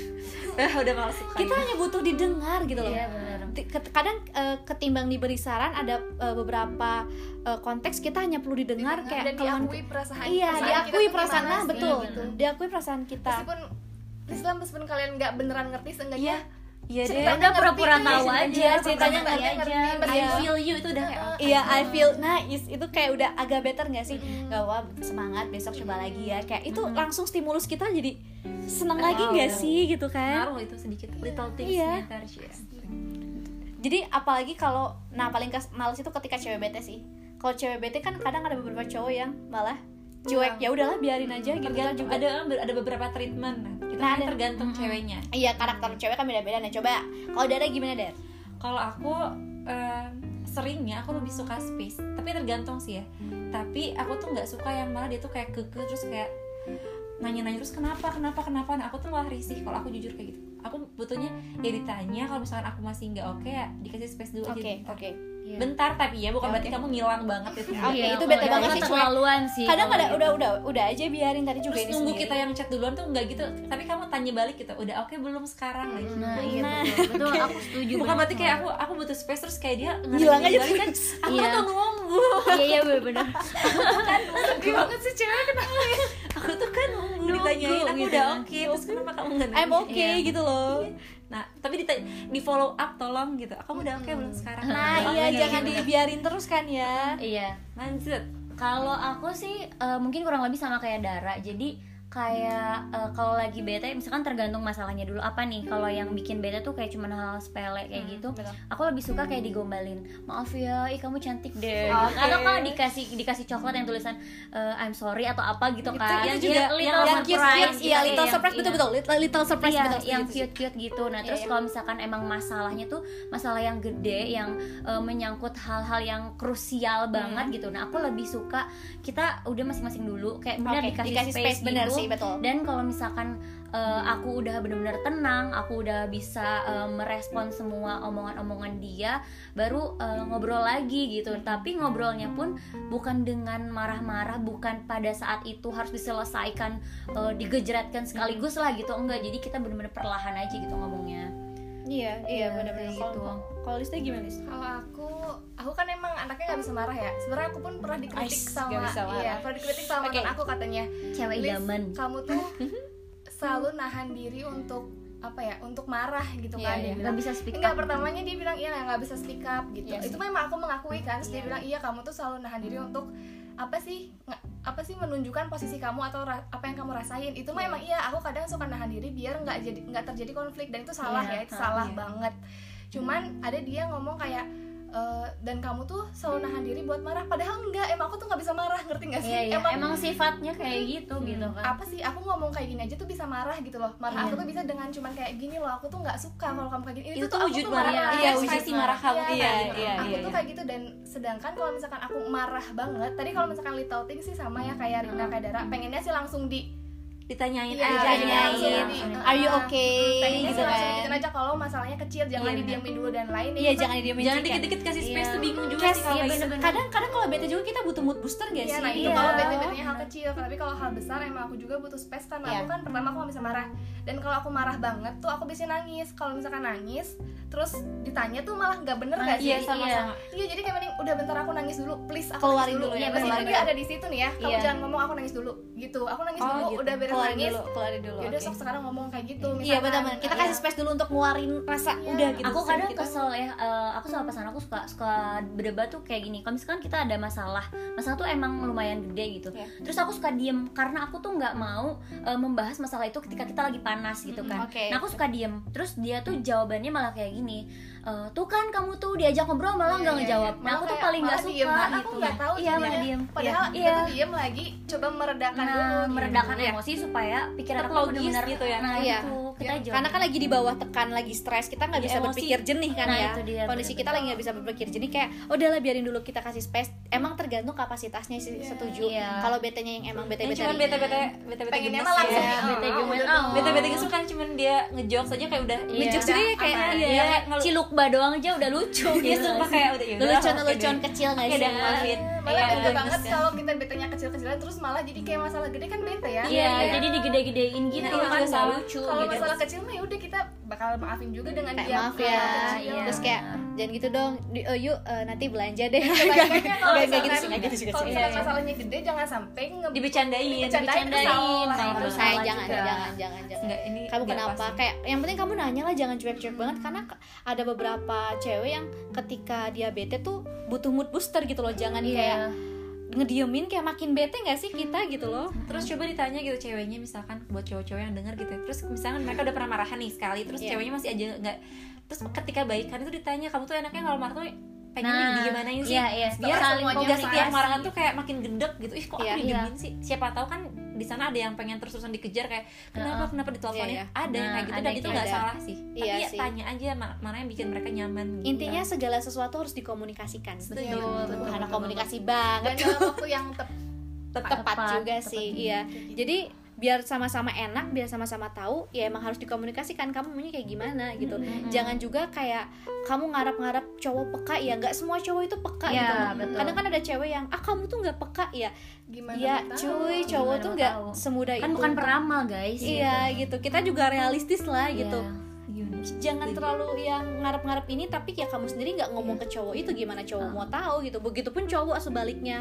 Eh, udah males suka. Kita hanya butuh didengar gitu loh. Iya benar. Ti- ket- Kadang eh, ketimbang diberi saran, ada eh, beberapa eh, konteks kita hanya perlu didengar, Didengar kayak dan keluhan. diakui perasaan. Iya, perasaan diakui kita tuh perasaan, gimana nah sih, betul, gitu. diakui perasaan kita. Meskipun Islam meskipun kalian nggak beneran ngerti, seenggaknya Iya deh. Ceritanya Udah pura-pura ngerti, tahu iya, aja, ceritanya ceritanya ngerti, ngerti ngerti, aja. ngerti. I feel you itu udah. Iya, I feel nice. Itu kayak udah agak better nggak sih? Gak apa, semangat, besok coba lagi ya. Kayak itu langsung stimulus kita jadi seneng lagi nggak Wow. sih gitu kan? Ngaruh itu sedikit little things Iya. matter sih. Jadi apalagi kalau, nah paling kes- males itu ketika cewek bete sih. Kalau cewek bete kan kadang ada beberapa cowok yang malah cuek, ya udahlah biarin aja gitu kan Tergantung, juga. ada ada beberapa treatment. Nah, kita Nah, kan ada. tergantung ceweknya. Iya, karakter cewek kan beda-beda. Nah coba, kalau Dara gimana Dar? Kalau aku eh, seringnya aku lebih suka space, tapi tergantung sih ya. Tapi aku tuh nggak suka yang malah dia tuh kayak keke terus kayak nanya-nanya terus kenapa kenapa kenapa. Nah, aku tuh malah risih kalau aku jujur kayak gitu. Aku butuhnya ya ditanya, kalau misalkan aku masih nggak oke ya dikasih space dulu aja. Oke, bentar. oke. Bentar tapi ya bukan Oke. berarti kamu ngilang banget itu. Oke, Iya, itu kalau bete itu banget sih, cuek. keterlaluan sih. Kadang kalau ada gitu. udah udah udah aja biarin tadi juga Terus ini nunggu sendiri. kita yang chat duluan tuh nggak gitu. Tapi kamu tanya balik gitu, udah oke belum sekarang lagi. Nah, iya Nah, betul. Betul, aku setuju. Bukan banget berarti kayak sama. aku aku butuh space terus kayak dia Hilang aja balik kan. terus. Aku Iya. tuh nunggu. Iya iya benar. sedih banget sih cewek kenapa ya? Aku tuh kan nunggu Nunggu, ditanyain aku gitu udah kan. oke terus kenapa kamu nggak nanya? I'm okay Iya. gitu loh. Nah tapi di di follow up tolong gitu. Kamu udah oke belum sekarang? Nah, Oh, iya enggak, jangan enggak, enggak. dibiarin terus kan ya. Iya. Lanjut. Kalau aku sih eh, mungkin kurang lebih sama kayak Dara. Jadi kayak eh, kalau lagi bete misalkan tergantung masalahnya dulu apa nih. Kalau yang bikin bete tuh kayak cuman hal sepele kayak gitu. betul. Aku lebih suka kayak digombalin. Maaf ya, ih kamu cantik deh. Oke. Atau kalau dikasih dikasih coklat yang tulisan eh, I'm sorry atau apa gitu kan. Itu juga Little yang yang cute surprise cute, iya gitu, little yang- surprise iya. betul betul, little, little surprise Iya, betul. yang setuju, setuju. cute-cute gitu. Nah, Iya, terus iya. kalau misalkan emang masalahnya tuh masalah yang gede, yang uh, menyangkut hal-hal yang krusial banget gitu. Nah, aku lebih suka kita udah masing-masing dulu, kayak benar Oke, dikasih, dikasih space, space, benar gitu. sih, betul. Dan kalau misalkan uh, aku udah benar-benar tenang, aku udah bisa uh, merespon semua omongan-omongan dia, baru uh, ngobrol lagi gitu. Tapi ngobrolnya pun bukan dengan marah-marah, bukan pada saat itu harus diselesaikan, uh, digejretkan sekaligus lah gitu, enggak. Jadi kita benar-benar perlahan aja gitu ngomongnya. Iya, iya benar-benar gitu. Kalau Lista gimana, Lis? Kalau aku, aku kan emang anaknya nggak bisa marah ya. Sebenarnya aku pun pernah dikritik Ais, sama, nggak bisa marah. iya, pernah dikritik sama Oke. mantan aku katanya. Cewek "Lis, idaman." kamu tuh selalu nahan diri untuk apa ya, untuk marah gitu kan. Iya, Dia iya. bilang, Nggak bisa speak enggak, up. pertamanya dia bilang iya nggak bisa speak up gitu. Iya sih. Itu memang aku mengakui kan. Terus dia Iya. bilang iya kamu tuh selalu nahan diri untuk apa sih nggak- apa sih menunjukkan posisi kamu atau ra- apa yang kamu rasain. Itu Iya. memang iya, aku kadang suka nahan diri biar nggak jadi nggak terjadi konflik, dan itu salah Iya, ya, itu ha, salah iya. banget. Cuman ada dia ngomong kayak "Eh, dan kamu tuh selalu nahan diri buat marah, padahal enggak, emang aku tuh nggak bisa marah, ngerti nggak sih? Iya, iya. Emang Emang sifatnya kayak gitu gitu kan. apa sih, aku ngomong kayak gini aja tuh bisa marah gitu loh. Marah aku tuh bisa dengan cuman kayak gini loh, aku tuh nggak suka kalau kamu kayak gini. Ini Itu tuh tuh aku wujud tuh marah, marah. iya, Ekspresi wujud marah kamu. Iya, Iya, kayak iya, aku iya. tuh kayak gitu. Dan sedangkan kalau misalkan aku marah banget, tadi kalau misalkan little things sih sama ya kayak Rina kayak Dara, pengennya sih langsung di Ditanyain Iya, aja, ditanyain langsung iya. di, Are you uh, okay? pengennya Gitu sih langsung kan. dikitin aja kalau masalahnya kecil, jangan Iya, didiamin dulu dan lain. Iya, jangan didiemin. Jangan sih, kan. dikit-dikit kasih space Iya. tuh bingung juga Kas- sih kalau iya, kayak bener-bener. Kadang-kadang kalau bete juga kita butuh mood booster gak Iya, sih? nah itu Iya. kalau bete-betenya hal kecil. Tapi kalau hal besar emang aku juga butuh space kan. Iya. Aku kan pertama aku gak bisa marah. Dan kalau aku marah banget tuh aku bisa nangis. Kalau misalkan nangis terus ditanya tuh malah nggak bener gak sih? Iya, sama-sama. Iya, jadi kayak mending udah bentar aku nangis dulu, please aku Keluarin nangis dulu. dulu ya, Ya, meskipun keluarin dia dulu. ada di situ nih ya. Kamu Iya. jangan ngomong aku nangis dulu gitu. Aku nangis Oh, dulu, gitu. udah beres Keluarin nangis. dulu, keluarin dulu. Ya udah oke. sok sekarang ngomong kayak gitu. Iya misalkan. benar-benar. Kita Iya. kasih space dulu untuk ngeluarin rasa Iya. udah gitu. Aku sih, kadang kita. kesel ya, eh, aku sama pasangan aku suka suka berdebat tuh kayak gini. Kalau misalkan kita ada masalah, masalah tuh emang lumayan gede gitu. Iya. Terus aku suka diem karena aku tuh nggak mau eh, membahas masalah itu ketika kita lagi panas gitu kan. Oke. Nah aku suka diem. Terus dia tuh jawabannya malah kayak gini. "Eh, tuh kan kamu tuh diajak ngobrol malah nggak Iya, iya, ngejawab." iya. Nah aku Malah tuh kayak- paling nggak malah suka diem. Nah, aku gitu. nggak tahu Iya sih malah dia. diem. Padahal Iya. kita tuh diem lagi coba meredakan Nah, dulu. meredakan Iya. emosi supaya pikiran Tetap aku logis benar-benar gitu ya. Nah Iya. itu kita Iya. jawab. Karena kan lagi di bawah tekan, lagi stres, kita nggak Iya, bisa emosi. berpikir jernih kan Nah, ya. itu dia, Kondisi kita bener-bener. lagi nggak bisa berpikir jernih, kayak udahlah biarin dulu, kita kasih space. Emang tergantung kapasitasnya sih, Iya. setuju. Iya. Kalau betenya yang emang Yang bete-bete cuman ringan. bete-bete bete-bete Pengennya gemes mah langsung ya. Iya, di- bete oh, gemes. udah dong. Oh. Bete-bete gemes kan cuman dia ngejokes aja kayak udah Iya. Ngejokes dia kayak Udah, iya. Iya, Kayak ngelu- cilukba doang aja udah lucu Iya, gitu. sumpah kayak udah yaudah, Lelucon-lelucon oke deh. kecil nggak Oke sih? deh, maafin. Malah Iya, beda bagus banget kan. kalau kita betenya kecil-kecilan terus malah jadi kayak masalah gede kan bete ya. Iya, jadi digede-gedein gitu Nah, itu kan juga nggak salah. lucu Kalau gitu. masalah kecil mah ya udah kita bakal maafin juga dengan Kayak dia. maaf ya, iya. terus kayak jangan gitu dong. Di, oh, yuk eh, nanti belanja deh. Kebalikannya kalau Nggak- nggak gitu misalkan- sih, nggak gitu sih, nggak kalau sih. misalkan Iya, iya. masalahnya gede jangan sampai nge- Dibecandain. Dibicarain Dibicarain, salah. nah, itu Terus Saya salah jangan, juga. jangan, jangan, jangan. Enggak, ini Kamu nggak kenapa? pas sih. Kayak yang penting kamu nanya lah, jangan cuek-cuek banget, karena ke- ada beberapa cewek yang ketika dia bete tuh butuh mood booster gitu loh. Jangan Iya. kayak ngediemin, kayak makin bete nggak sih kita gitu loh. Terus coba ditanya gitu ceweknya, misalkan buat cowok-cowok yang denger gitu. Terus misalkan mereka udah pernah marahan nih sekali, terus Iya. ceweknya masih aja nggak. Terus ketika baikan itu ditanya, kamu tuh enaknya kalau marah tuh pengen Nah, digimanain sih? iya, iya. Biar Saling semuanya komunikasi. setiap marahan tuh kayak makin gendek gitu. Ih kok Iya, aku iya. didiemin sih? Siapa tahu kan di sana ada yang pengen terus-terusan dikejar kayak kenapa kenapa diteleponnya? Iya, iya. Ada yang Nah, kayak gitu ada dan itu itu nggak ada. salah sih. Iya Tapi ya sih. tanya aja ma- mana yang bikin mereka nyaman. Gitu. Intinya segala sesuatu harus dikomunikasikan. Betul, Betul, betul, karena betul, komunikasi dan banget. dalam waktu yang tepat. tepat, Tepat, juga tepat. sih, iya. Jadi biar sama-sama enak, biar sama-sama tahu, ya emang harus dikomunikasikan kamu maunya kayak gimana gitu. Jangan juga kayak kamu ngarap-ngarap cowok peka, ya nggak semua cowok itu peka Iya, gitu. betul. Kadang kan ada cewek yang ah kamu tuh nggak peka ya. Gimana Ya mau tahu? cuy, cowok Gimana tuh mau nggak tahu? semudah Kan itu. bukan peramal guys. Iya gitu. Kita juga realistis lah gitu. Iya. Jangan terlalu yang ngarep-ngarep ini, tapi ya kamu sendiri nggak ngomong ke cowok itu, gimana cowok Ah. mau tahu gitu. Begitupun cowok sebaliknya.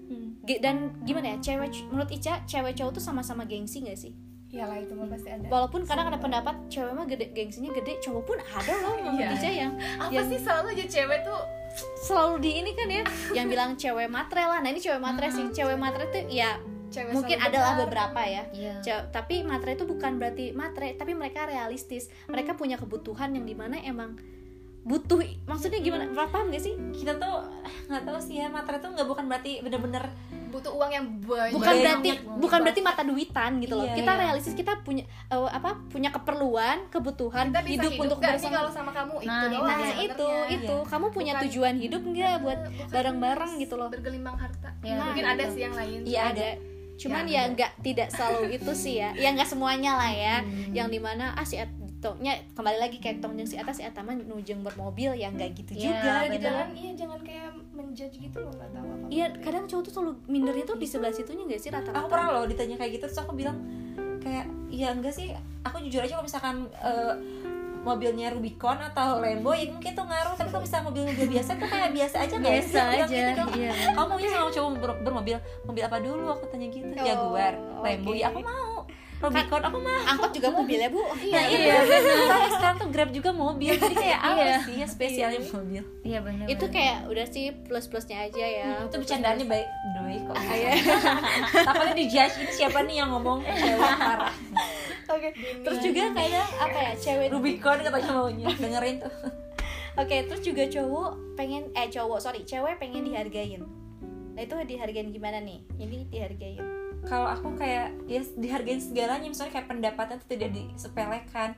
Ge- Dan gimana ya, cewek menurut Ica, cewek cowok tuh sama-sama gengsi nggak sih? Iyalah itu mah pasti ada. Walaupun kadang ada pendapat cewek mah gede, gengsinya gede, cowok pun ada loh menurut Iya. Ica yang Apa yang sih selalu aja cewek tuh selalu di ini kan ya, yang bilang cewek matre lah. Nah ini cewek matre sih, cewek matre tuh ya cewek mungkin selalu adalah benar. beberapa ya. Iya. Ce- tapi matre itu bukan berarti matre, tapi mereka realistis. Mereka punya kebutuhan yang dimana emang butuh, maksudnya gimana? Paham gak sih? kita tuh nggak tahu sih ya, matre tuh nggak bukan berarti bener-bener butuh uang yang banyak. Bukan Banyak, berarti banyak. bukan berarti mata duitan gitu loh. Iya, Kita iya. realistis, kita punya eh, apa? Punya keperluan, kebutuhan Kita bisa hidup, hidup, untuk gak sih bersama. kalau sama kamu itu Nah, doang Nah sebenarnya. itu itu Iya. kamu punya Bukan- tujuan hidup nggak buat Bukan bareng-bareng gitu loh. bergelimang harta. Ya, Nah, Mungkin gitu. ada sih yang lain. Iya, ada. cuman Ya, ya nggak tidak selalu itu sih ya, ya nggak semuanya lah ya, Hmm. yang dimana ah si Etongnya kembali lagi kayak tong jeung si atas si Atama nujeng bermobil ya nggak gitu Ya, juga bener. gitu jangan kan. iya jangan kayak menjudge gitu loh, nggak tahu apa Iya kadang cowok tuh selalu mindernya tuh di sebelah situnya nggak sih rata-rata. Aku pernah loh ditanya kayak gitu terus aku bilang kayak ya enggak sih, aku jujur aja kalau misalkan uh, mobilnya Rubicon atau Lambo ya mungkin tuh ngaruh, tapi kalau misalnya mobil-mobil biasa tuh kayak biasa aja nggak Biasa sih? Aku bilang aja, gitu dong. iya. Kamu maunya sama cowok ber- bermobil mobil apa dulu, aku tanya gitu. Oh, Jaguar, Lambo, oke. ya aku mau. Rubicon aku mau. Angkot juga mobil ya bu. Nah, iya, soalnya sekarang tuh Grab juga mobil, jadi kayak apa Iya. sih yang spesialnya mobil? Iya benar. Itu kayak udah sih plus-plusnya aja ya. Itu bercandaannya baik doi kok. Iya. Takutnya dijudge ini siapa nih yang ngomong cewek parah. Oke. Terus juga kadang apa ya cewek. Rubicon katanya maunya, dengerin tuh. Oke, terus juga cowok pengen eh cowok sorry cewek pengen dihargain. Nah itu dihargain gimana nih? Ini dihargain. Kalau aku kayak ya dihargain segalanya, misalnya kayak pendapatnya tuh tidak disepelekan.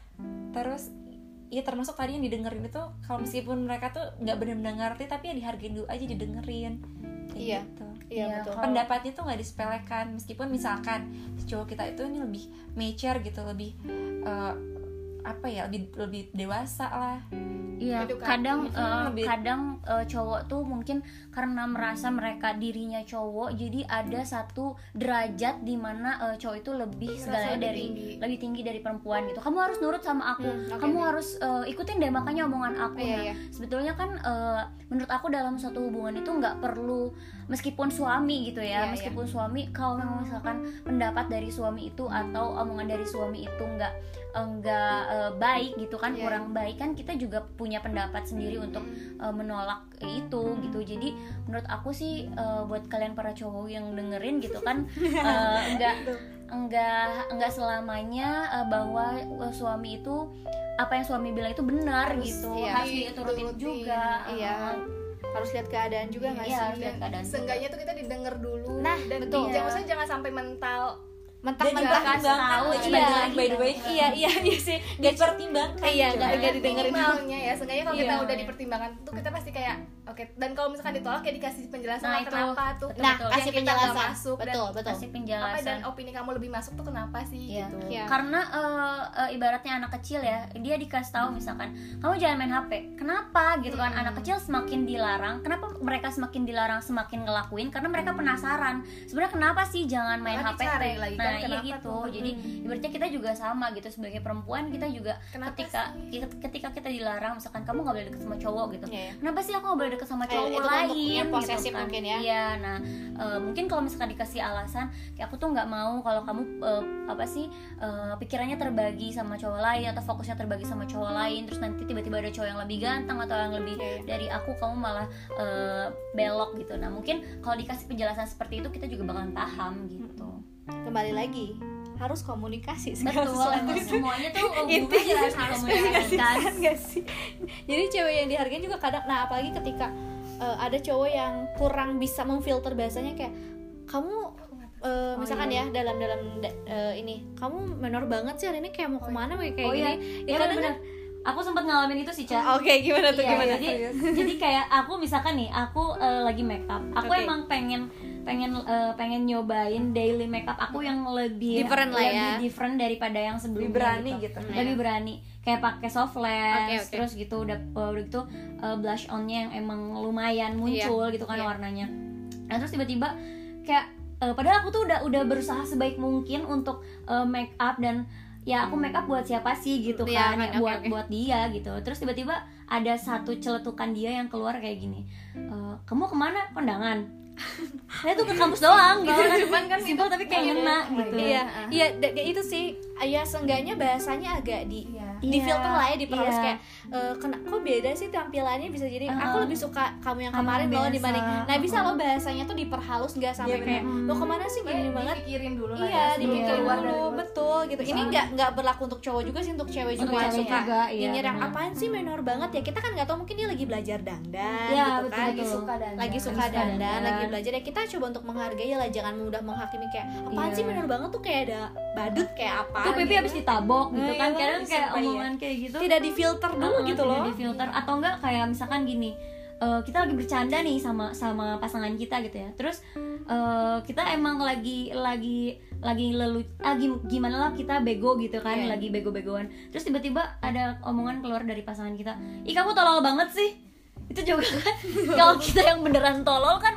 Terus ya termasuk tadi yang didengerin itu, kalau meskipun mereka tuh nggak benar-benar ngerti tapi ya dihargain dulu aja, didengerin kayak Iya. gitu. Iya Iya, betul. kalau- Pendapatnya tuh nggak disepelekan, meskipun misalkan si cowok kita itu ini lebih mature gitu, lebih eh, apa ya, lebih lebih dewasa lah. Iya, Edukatif. kadang Hmm, eh, lebih- kadang eh, cowok tuh mungkin karena merasa mereka dirinya cowok, jadi ada satu derajat di mana eh, cowok itu lebih Merasa segalanya lebih dari tinggi. lebih tinggi dari perempuan gitu. Kamu harus nurut sama aku, Hmm, oke, kamu oke. harus eh, ikutin deh makanya omongan aku. Iya, Nah, iya. sebetulnya kan eh, menurut aku dalam suatu hubungan itu nggak perlu, meskipun suami gitu ya, Iya, meskipun suami, kalau memang misalkan pendapat dari suami itu atau omongan dari suami itu nggak enggak eh, baik gitu kan, Iya, kurang baik kan, kita juga punya pendapat sendiri untuk uh, menolak itu gitu. Jadi menurut aku sih uh, buat kalian para cowok yang dengerin gitu kan, uh, enggak enggak enggak selamanya uh, bahwa uh, suami itu apa yang suami bilang itu benar Harus, gitu, iya. harus diturutin Diturutin. juga. Iya. Uh, Harus lihat keadaan juga nggak Iya, sih? harus lihat keadaan juga. Seenggaknya tuh kita didengar dulu. Nah, dan betul. di- jangan maksudnya jangan sampai mental. Dan Mentah-mentah dipertimbangkan, tahu, by the iya. way, by the way. Iya iya iya sih. Gak Dipertimbangkan. Iya, coba. nggak nggak didengerin. Minimalnya ya, seenggaknya kalau kita Iya. udah dipertimbangkan tuh kita pasti kayak oke. Dan kalau misalkan ditolak ya dikasih penjelasan Nah, lah itu. kenapa tuh. Betul, Nah, betul. kasih Yang kita nggak penjelasan. masuk dan Betul, betul. kasih apa penjelasan. dan opini kamu lebih masuk tuh kenapa sih Iya. gitu. Iya. Karena uh, uh, ibaratnya anak kecil ya, dia dikasih tahu misalkan kamu jangan main H P. Kenapa gitu kan? Hmm. Anak kecil semakin dilarang. Kenapa mereka semakin dilarang semakin ngelakuin? Karena mereka penasaran. Sebenarnya kenapa sih jangan main Karena H P? dicari lagi kan, Nah, iya kenapa gitu. tuh? Jadi ibaratnya kita juga sama gitu, sebagai perempuan kita juga Kenapa ketika sih? ketika kita dilarang misalkan kamu nggak boleh deket sama cowok gitu. Iya, iya. Kenapa sih aku nggak boleh deket sama Kayak cowok itu untuk lain yang gitu posesif kan? mungkin ya. Iya, nah uh, mungkin kalau misalkan dikasih alasan kayak aku tuh nggak mau kalau kamu uh, apa sih uh, pikirannya terbagi sama cowok lain atau fokusnya terbagi sama cowok lain, terus nanti tiba-tiba ada cowok yang lebih ganteng atau yang lebih Iya, iya. dari aku, kamu malah uh, belok gitu. Nah mungkin kalau dikasih penjelasan seperti itu kita juga bakalan paham gitu. Kembali lagi harus komunikasi segala Betul, sesuatu emang itu. semuanya tuh hubungan Intinya harus dikomunikasikan. kan gak sih? Jadi cewek yang dihargain juga kadang, nah apalagi ketika uh, ada cowok yang kurang bisa memfilter bahasanya kayak kamu uh, misalkan iya. ya dalam dalam da- uh, ini kamu menor banget sih hari ini kayak mau kemana kayak kayak Oh iya, gini. ya kadang bener. Aku sempat ngalamin itu sih, Ca. kan- Oke gimana tuh Iya, gimana? jadi jadi kayak aku misalkan nih, aku uh, lagi make up. Aku Oke. emang pengen pengen uh, pengen nyobain daily makeup aku yang lebih Different lah lebih ya. different daripada yang sebelumnya. Lebih berani gitu. Hmm, Lebih iya. berani. Kayak pakai soft lash, Oke, oke. terus gitu udah uh, udah gitu uh, blush onnya yang emang lumayan muncul gitu kan iya. warnanya. Nah, terus tiba-tiba kayak uh, padahal aku tuh udah udah berusaha sebaik mungkin untuk uh, make up dan ya aku make up buat siapa sih gitu Iya, kan, kan, ya, oke, buat oke. buat dia gitu. Terus tiba-tiba ada satu celetukan dia yang keluar kayak gini, e, kamu kemana kondangan? Saya tuh ke kampus doang gitu kan, Cuman kan simpel tapi kayak ngena gitu. Iya, iya, da- ya itu sih. Ya seenggaknya bahasanya agak di Iya. di filter lah ya, diperhalus Iya. kayak eh, kena, kok beda sih tampilannya, bisa jadi Uh-uh. aku lebih suka kamu yang Kamu kemarin yang loh biasa. dibanding. Nah bisa lo bahasanya tuh diperhalus nggak sampai Iya, kayak bener. lo kemana sih gini Kayak banget. dipikirin dulu lah Iya, ya, dipikirin sebelum keluar dulu, dari mulut. betul gitu. Ini nggak nggak berlaku untuk cowok juga sih, untuk cewek Untuk juga yang cewek suka juga, iya, nyinyir yang benar. apaan sih menor banget ya. Kita kan nggak tahu, mungkin dia lagi belajar dandan Iya, gitu betul, kan. betul. suka dan Lagi suka suka dandan, dandan. lagi belajar ya, kita coba untuk menghargai lah, jangan mudah menghakimi kayak apaan Iya. sih menor banget tuh, kayak ada badut kayak apa Tuh pipi gitu. habis ditabok gitu Nah, kan, iya, kadang kayak sumpah, iya. omongan kayak gitu Tidak difilter dulu Uh-uh, gitu tidak loh. difilter. Atau enggak kayak misalkan gini, uh, kita lagi bercanda nih sama sama pasangan kita gitu ya. Terus uh, kita emang lagi lagi lagi lelu ah, gimana lah kita bego gitu kan, yeah. lagi bego-begoan. Terus tiba-tiba ada omongan keluar dari pasangan kita, ih kamu tolol banget sih. Itu juga kan kalau kita yang beneran tolol kan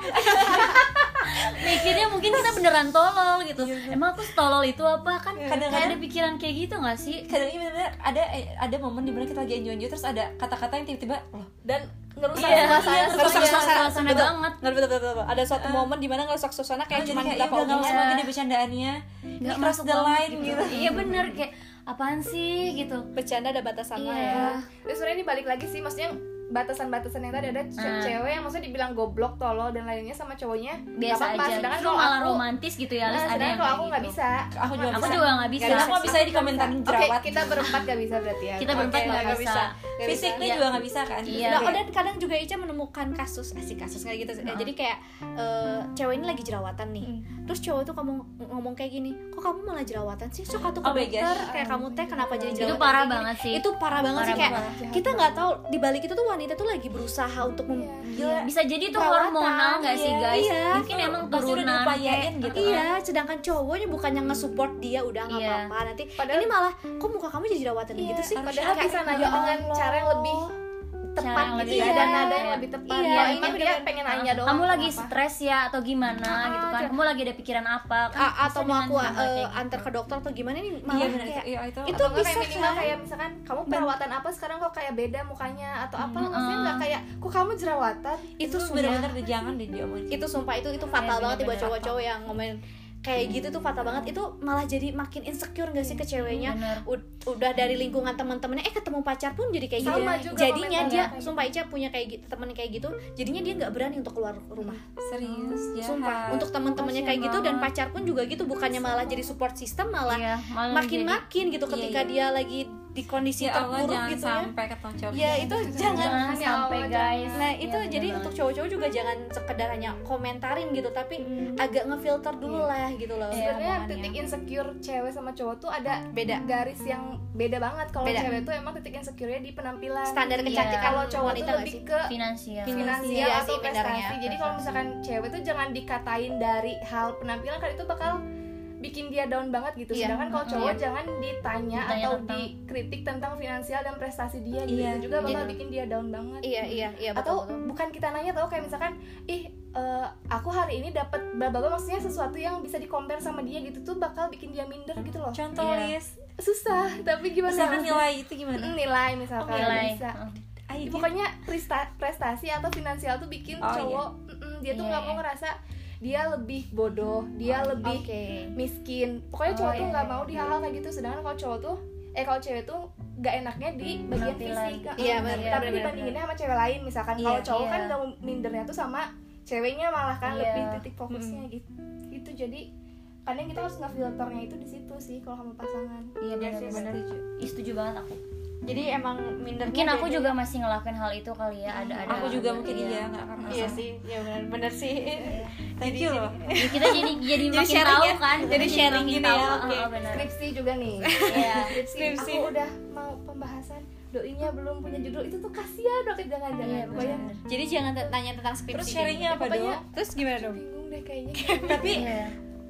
mikirnya mungkin kita beneran tolol gitu. Emang aku tolol itu apa kan? Kadang-kadang ada pikiran kayak gitu nggak sih? Kadang ini bener ada ada momen dimana kita lagi enjoy-enjoy terus ada kata-kata yang tiba-tiba loh, dan ngerusak iya, suasana, iya, ngerusak suasana, suasana betul, banget. Betul, betul, betul, betul. Ada suatu uh, momen dimana ngerusak suasana kayak oh, cuma kayak berapa udah omongan lagi deh bercandaannya, nggak cross the line gitu. gitu. Iya bener, kayak apaan sih gitu. Bercanda ada batasannya iya. ya. Terus sebenarnya ini balik lagi sih, maksudnya batasan-batasan yang tadi ada ce- hmm. cewek yang maksudnya dibilang goblok, tolol dan lainnya sama cowoknya biasa apa-apa. Sedangkan Sedangkan kalau kalau malah aku romantis gitu ya, nah, ada sedangkan yang kalau kayak aku nggak gitu. bisa. Aku juga Aku bisa. juga nggak bisa. Dan aku nggak bisa di komentarin Oke, jerawat. kita berempat gak bisa berarti ya. Kita berempat Oke, nggak nggak bisa. bisa. Physically Iya. juga nggak bisa kan? Iya. Nah, oh, dan kadang juga Ica menemukan kasus asik kasus kayak gitu. Ya, jadi kayak uh, cewek ini lagi jerawatan nih. Hmm. Terus cowok tuh ngomong ngomong kayak gini, "Kok kamu malah jerawatan sih? Suka tuh ke Oh my dokter gosh. kayak kamu teh kenapa jadi Itu jerawatan?" parah kayak gini?" banget sih. Itu parah banget Parah sih kayak banget. kita nggak tahu di balik itu tuh wanita tuh lagi berusaha untuk mem- Gila. Bisa jadi tuh Perawatan, hormonal nggak sih iya, guys? iya. Mungkin emang Pasti udah turunan diupayain kayak- gitu. Iya, sedangkan cowoknya bukannya nge-support dia udah nggak Iya. apa-apa nanti. Padahal- ini malah kok muka kamu jadi jerawatan Iya, gitu sih? padahal Kayak, bisa nanya ya dengan Allah. cara yang lebih tepat Cara yang gitu lebih ya, tepat. dan nada yang lebih tepat. Iya, Ya, iya, emang dia bener. pengen nanya doang. Kamu lagi kenapa. stres ya atau gimana Ah, gitu kan? coba. Kamu lagi ada pikiran apa? Kan A- bisa atau mau dengan aku hal-hal uh, kayak gitu. antar ke dokter atau gimana nih malah Iya benar kayak itu. Iya itu. itu Atau nggak bisa kayak minimal kan? kayak misalkan kamu perawatan apa sekarang kok kayak beda mukanya atau apa, Hmm, maksudnya nggak kayak kok kamu jerawatan. itu Itu sumpah benar-benar deh, jangan deh diomongin. itu sumpah itu itu fatal Iya, banget nih buat bener-bener cowok-cowok yang ngomongin kayak gitu tuh fatal banget. Itu malah jadi makin insecure gak sih ke ceweknya. Bener. U- udah dari lingkungan teman-temannya eh ketemu pacar pun jadi kayak gitu. Sama juga Jadinya komentarnya dia kayak sumpah Ica punya kayak gitu temen kayak gitu, jadinya dia nggak berani untuk keluar rumah. Serius ya. Sumpah untuk teman-temannya kayak gitu, dan pacar pun juga gitu, bukannya malah jadi support system, malah Iya, malah makin-makin gitu Iya, ketika iya. dia lagi di kondisi Ya Allah terpuruk jangan gitu ya. sampai ketemu cowok. Ya itu jangan. Jangan Ya sampai Allah, guys. Nah Iya, itu bener jadi banget. untuk cowok-cowok juga jangan sekedar hanya komentarin gitu, tapi agak ngefilter dulu lah gitu loh. Iya, Sebenarnya omongannya. titik insecure cewek sama cowok tuh ada Beda. garis yang beda banget. Kalau Beda. cewek tuh emang titik insecure-nya di penampilan. Standar Iya. kecantikan Kalau cowok wanita tuh nggak lebih sih? ke finansial. finansial Iya atau sih, benernya. prestasi. Jadi kalau misalkan cewek tuh jangan dikatain dari hal penampilan, kan itu bakal bikin dia down banget gitu. Iya. Sedangkan kalau cowok jangan ditanya, Ditanya atau tentang- dikritik tentang finansial dan prestasi dia gitu. Iya. Itu juga bakal Jadi- bikin dia down banget. Iya iya iya Atau betul, betul. bukan kita nanya tau, kayak misalkan ih eh, aku hari ini dapat bla bla bla, maksudnya sesuatu yang bisa di-compare sama dia gitu tuh bakal bikin dia minder gitu loh. Contoh Iya. Lis. Susah, tapi gimana? Misalkan maksudnya? nilai itu gimana? Mm, nilai misalkan Oh, nilai. bisa. Heeh. Ayo, Ya, pokoknya presta- prestasi atau finansial tuh bikin Oh, cowok mm-mm, dia tuh Iya, nggak mau iya. ngerasa dia lebih bodoh, dia lebih Oke. miskin. Pokoknya Oh, cowok tuh iya, nggak iya. mau di hal-hal kayak gitu. Sedangkan kalau cowok tuh eh kalau cewek tuh nggak enaknya di bagian Penampilan. fisik. Iya, Mm, benar, tapi benar, dibandinginnya sama cewek lain misalkan. Iya, Kalau cowok iya. kan nggak mindernya tuh sama ceweknya, malah kan Iya. lebih titik fokusnya gitu. Itu jadi kadang kita harus nggak filternya itu di situ sih kalau sama pasangan. Iya benar-benar. Ih, setuju banget aku. Jadi emang mindernya Mungkin aku beda. juga masih ngelakuin hal itu kali ya. Ada ada. Aku juga mungkin iya. iya nggak akan Iya sih, ya benar benar sih. Thank you loh. Ya, kita jadi jadi Jadi makin sharing tahu ya. kan. Jadi sharing makin gini tahu. ya, Ah, oke. ah, benar. Skripsi juga nih. Iya. Skripsi. Aku udah mau pembahasan doinya belum punya judul, itu tuh kasihan dok, jangan-jangan. Iya, Pokoknya benar. Jadi jangan t- tanya tentang skripsi. Terus sharingnya apa pokoknya dong? Terus gimana dong? bingung deh kayaknya. Tapi Iya.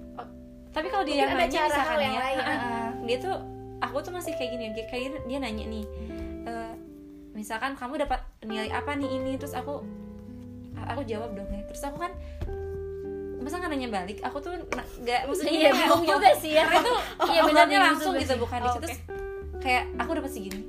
tapi kalau dia Mungkin ada nanya cara misalkan hal yang ya, lain, ah, ah. dia tuh aku tuh masih kayak gini, dia kayak dia nanya nih, eh, misalkan kamu dapat nilai apa nih ini, terus aku aku jawab dong ya, terus aku kan masa nggak nanya balik, aku tuh na- nggak maksudnya Iya, bingung juga sih ya. karena tuh Iya, benar, benernya bingung langsung juga gitu sih. bukan di Oh, situ, oke. terus kayak aku dapat segini,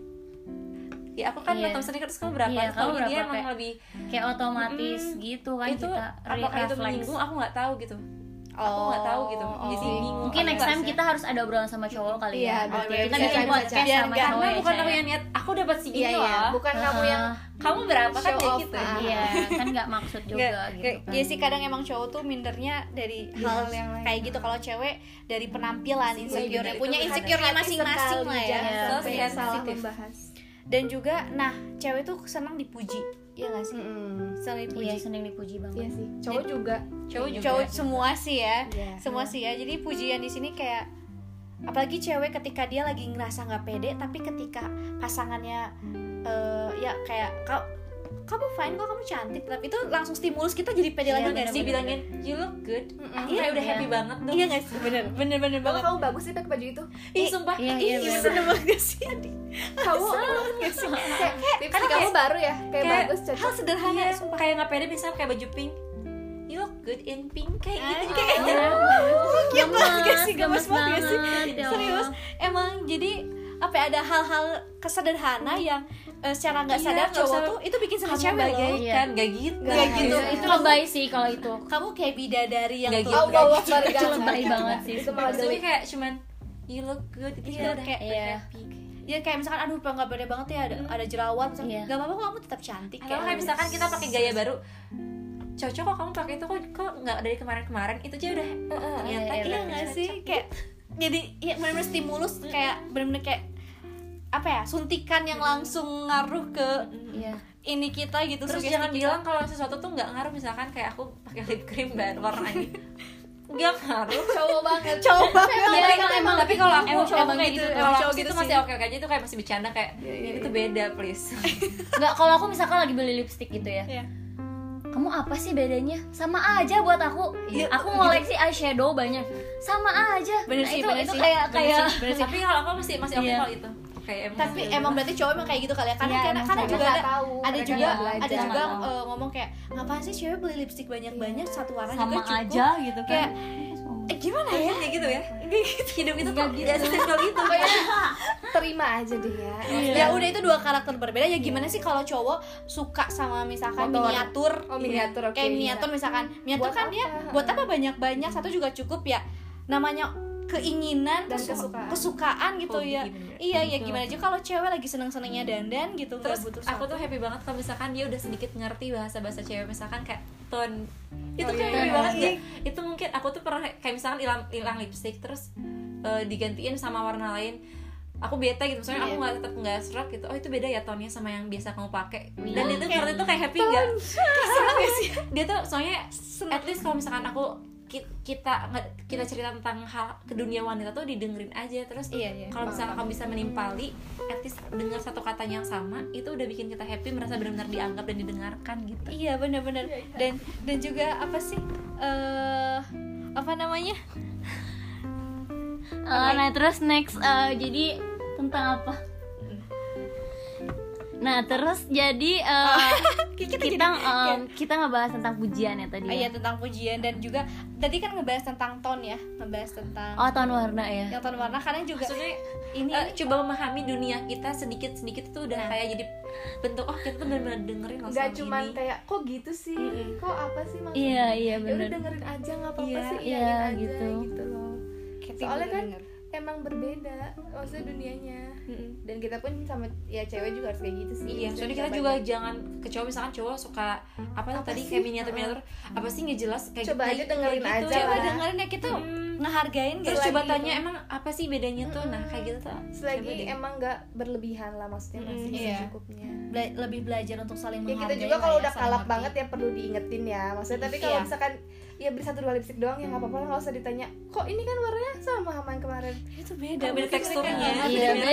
ya aku kan Iya. nonton sendiri, terus kamu berapa, Iya, terus kalau kamu dia berapa, emang kayak- lebih Kayak otomatis gitu kan itu kita re- apakah itu refleks. menyinggung, aku nggak tahu gitu. Aku nggak tahu gitu, Oh, jadi oh. bingung. Mungkin Aku next time nggak- kita harus ada obrolan sama cowok kali Iya, ya. betul. Nanti Bisa, kita bisa, bikin bisa, podcast biar sama nggak- cowok karena ya, bukan Cak, aku ya. yang niat, aku dapat segini Iya, loh. iya. Bukan kamu yang Kamu berapa kan show kayak off, gitu. ah. Iya, kan nggak maksud juga Nggak, gitu kayak- kan. Iya sih, kadang emang cowok tuh mindernya dari hal yang lain. kayak gitu. Kalau cewek dari penampilan, insecure-nya, Itu punya hati- insecure-nya hati masing-masing sekali, lah ya. jangan So sampai sensitive. salah membahas. Dan juga, nah cewek tuh senang dipuji, ya nggak sih? Senang dipuji. Iya, seneng dipuji Iya banget. sih, cowok juga. Cowok juga. Cowok semua sih ya, Iya. semua sih ya. Jadi pujian di sini kayak, apalagi cewek ketika dia lagi ngerasa nggak pede, tapi ketika pasangannya eh, ya kayak kau kamu fine kok, kamu cantik, tapi itu langsung stimulus kita jadi pede lagi nggak sih? Dibilangin you look good, aku Iya, kayak udah iya. happy banget dong. Iya nggak sih, bener bener bener Kalau banget. kamu bagus sih pakai baju itu. Ih, sumpah. Iya, iya, Iya bener. bener banget gak sih? Kamu nggak sih? Kayak lipstick kamu baru ya, kayak kayak bagus cocok. Hal sederhana Iya, sumpah. kayak nggak pede misalnya kayak baju pink, you look good in pink kayak gitu. Kayak Iya. cute banget gak sih, Gemes gemes banget gak sih? banget, ya Allah. Serius, emang jadi apa ya, ada hal-hal kesederhana yang eh, secara nggak Iya, sadar nggak cowok usah tuh itu bikin senang Kamu cewek loh. bagaikan Iya. nggak gitu. Nggak gitu. Itu, itu lebay sih kalau itu. Kamu kayak bidadari yang Nggak tuh gitu. Oh, bawa Itu keluarga. lebay banget sih. Itu malah Maksudnya delik. kayak cuman you look good itu Iya, kita udah kayak- udah iya. happy. ya kayak misalkan aduh nggak beda banget ya, ada ada jerawat misalkan, Iya. nggak apa-apa kok, kamu tetap cantik. Atau kayak misalkan kita pakai gaya baru, cocok kok kamu pakai itu, kok kok nggak dari kemarin-kemarin itu aja udah ternyata iya, kita iya nggak sih, kayak jadi ya benar-benar stimulus, kayak benar-benar kayak apa ya, suntikan yang langsung ngaruh ke Iya. ini kita gitu. Terus sugesti jangan kita. bilang kalau sesuatu tuh nggak ngaruh, misalkan kayak aku pakai lip cream dan warna ini nggak ngaruh. Cowok banget. Cowok banget. Iya, emang emang Tapi kalau aku emang cowok emang kayak gitu, gitu. kalau Cowok aku gitu itu sih. masih oke aja, itu kayak masih bercanda kayak ini tuh beda please. Nggak, kalau aku misalkan lagi beli lipstick gitu ya. Iya. Kamu apa sih bedanya? Sama aja buat aku. Iya, Aku ngoleksi eyeshadow banyak. Sama aja. Bener Nah, sih, itu bener itu sih. kayak Bener kayak sih, bener sih. Tapi kalau aku masih masih oke Iya. kalau itu kayak emang Tapi emang berarti cowok emang kayak gitu kali ya, karena Iya, karena, emang karena cowok. juga Mereka ada nggak tahu, ada mereka juga nggak belajar. ada juga Nggak tahu. eh, ngomong kayak ngapain sih cewek beli lipstick banyak-banyak, satu warna sama juga cukup. aja gitu kan. Kayak eh gimana ya? kayak gitu ya. Hidup itu tuh gitu. nggak sesimpel itu. Terima aja deh ya. Ya udah, itu dua karakter berbeda. Ya gimana sih kalau cowok suka sama misalkan Motor. miniatur, Oh, miniatur, oke, kayak iya. miniatur misalkan, miniatur Buat kan apa? dia buat apa banyak-banyak, satu juga cukup ya. Namanya keinginan Dan kesu- kesukaan. kesukaan gitu Hobi, ya. bener-bener. Iya ya, gimana aja kalau cewek lagi seneng-senengnya dandan gitu, nggak Terus butuh aku satu. tuh happy banget kalau misalkan dia udah sedikit ngerti bahasa-bahasa cewek, misalkan kayak tone itu Oh, kayak iya, happy iya. banget ya. Itu mungkin aku tuh pernah kayak misalkan hilang hilang lipstick terus eh, digantiin sama warna lain, aku bete gitu, misalnya aku nggak tetap nggak serak gitu, oh itu beda ya tone-nya sama yang biasa kamu pakai, dan dia tuh ngerti tuh kayak happy nggak? Dia tuh soalnya at least kalau misalkan aku ki- kita nge- kita cerita tentang hal ke dunia wanita tuh didengerin aja, terus Iya, iya. kalau misalkan kamu bisa menimpali at least dengar satu katanya yang sama, itu udah bikin kita happy, merasa benar-benar dianggap dan didengarkan gitu. Iya benar-benar. Dan dan juga apa sih eh apa namanya? Eh, nah terus next eh, jadi tentang apa? Nah terus jadi eh, Kita kita jadi- em, kita ngebahas tentang pujian ya tadi. Ah, ya? iya, tentang pujian, dan juga tadi kan ngebahas tentang tone ya, ngebahas tentang Oh tahun warna ya. yang tone warna, karena juga Maksudnya ini eh, coba memahami dunia kita sedikit-sedikit itu udah Nah. kayak jadi bentuk, oh kita tuh benar-benar dengerin loh Gak sama cuman ini. kayak kok gitu sih, kok apa sih maksudnya? Iya iya Ya udah benar. dengerin aja, nggak apa-apa Iya, sih, iya, iyain aja gitu. gitu loh. Kayak Soalnya tiba kan denger. emang berbeda maksudnya dunianya, Mm-mm. dan kita pun sama ya cewek juga harus kayak gitu sih. Iya, soalnya kita Banyak. juga jangan ke cowok, misalkan cowok suka apa tuh tadi kayak miniatur-miniatur, apa sih nggak jelas kayak Coba kayak aja gitu, dengerin kayak gitu. aja Coba lah. dengerin ya, kita ngehargain Terus gitu. coba lagi tanya gitu. emang apa sih bedanya tuh, nah kayak gitu tuh. selagi Coba deh. emang nggak berlebihan lah, maksudnya masih Mm, iya. secukupnya. Bela- lebih belajar untuk saling Ya menghargai. kita juga lah kalau ya, udah saling kalap ngerti. banget ya perlu diingetin ya, maksudnya. Tapi kalau Iya. misalkan ya beli satu dua lipstick doang ya nggak apa-apa lah, nggak usah ditanya kok ini kan warnanya sama sama yang kemarin. Itu beda, Beda teksturnya. Iya beda.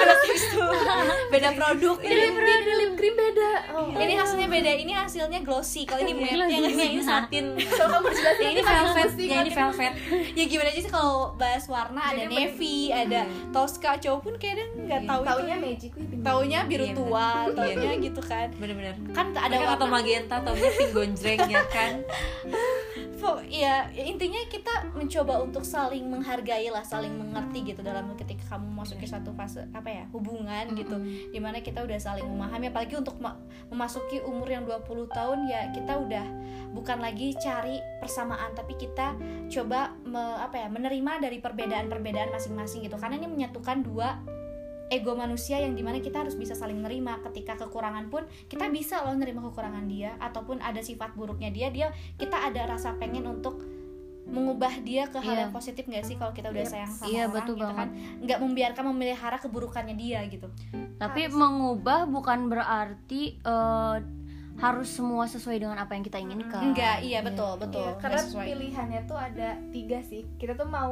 beda produk. Ini lip cream, ini lip cream beda. Oh, Ini hasilnya beda, ini hasilnya glossy, kalau ini matte, Glossy. ya nggak sih? Ini satin, kalau kamu dijelasin ini velvet, ya ini velvet. Ya gimana aja sih kalau bahas warna, ada Jadi navy, ada Tosca, cowok pun kayaknya nggak tahu itu. taunya magic wih, bener. Taunya biru Iya, tua, bener. taunya gitu kan. Bener-bener. Kan ada Mereka atau warna. magenta, taunya pink gonjreng ya kan. Fo- ya, ya intinya kita mencoba untuk saling menghargai lah, saling mengerti gitu dalam ketika kamu memasuki satu fase apa ya, hubungan gitu, dimana kita udah saling memahami, apalagi untuk ma- memasuki umur yang dua puluh tahun ya, kita udah bukan lagi cari persamaan, tapi kita coba me- apa ya, menerima dari perbedaan-perbedaan masing-masing gitu, karena ini menyatukan dua ego manusia yang dimana kita harus bisa saling nerima. Ketika kekurangan pun kita bisa loh nerima kekurangan dia, ataupun ada sifat buruknya dia, dia kita ada rasa pengen untuk mengubah dia ke hal Iya. yang positif nggak sih, kalau kita udah sayang sama Iya, orang betul gitu kan, nggak membiarkan memelihara keburukannya dia gitu. Tapi mengubah bukan berarti eh, harus semua sesuai dengan apa yang kita inginkan. Enggak, iya betul betul. Iya, karena Nggak sesuai. pilihannya tuh ada tiga sih. Kita tuh mau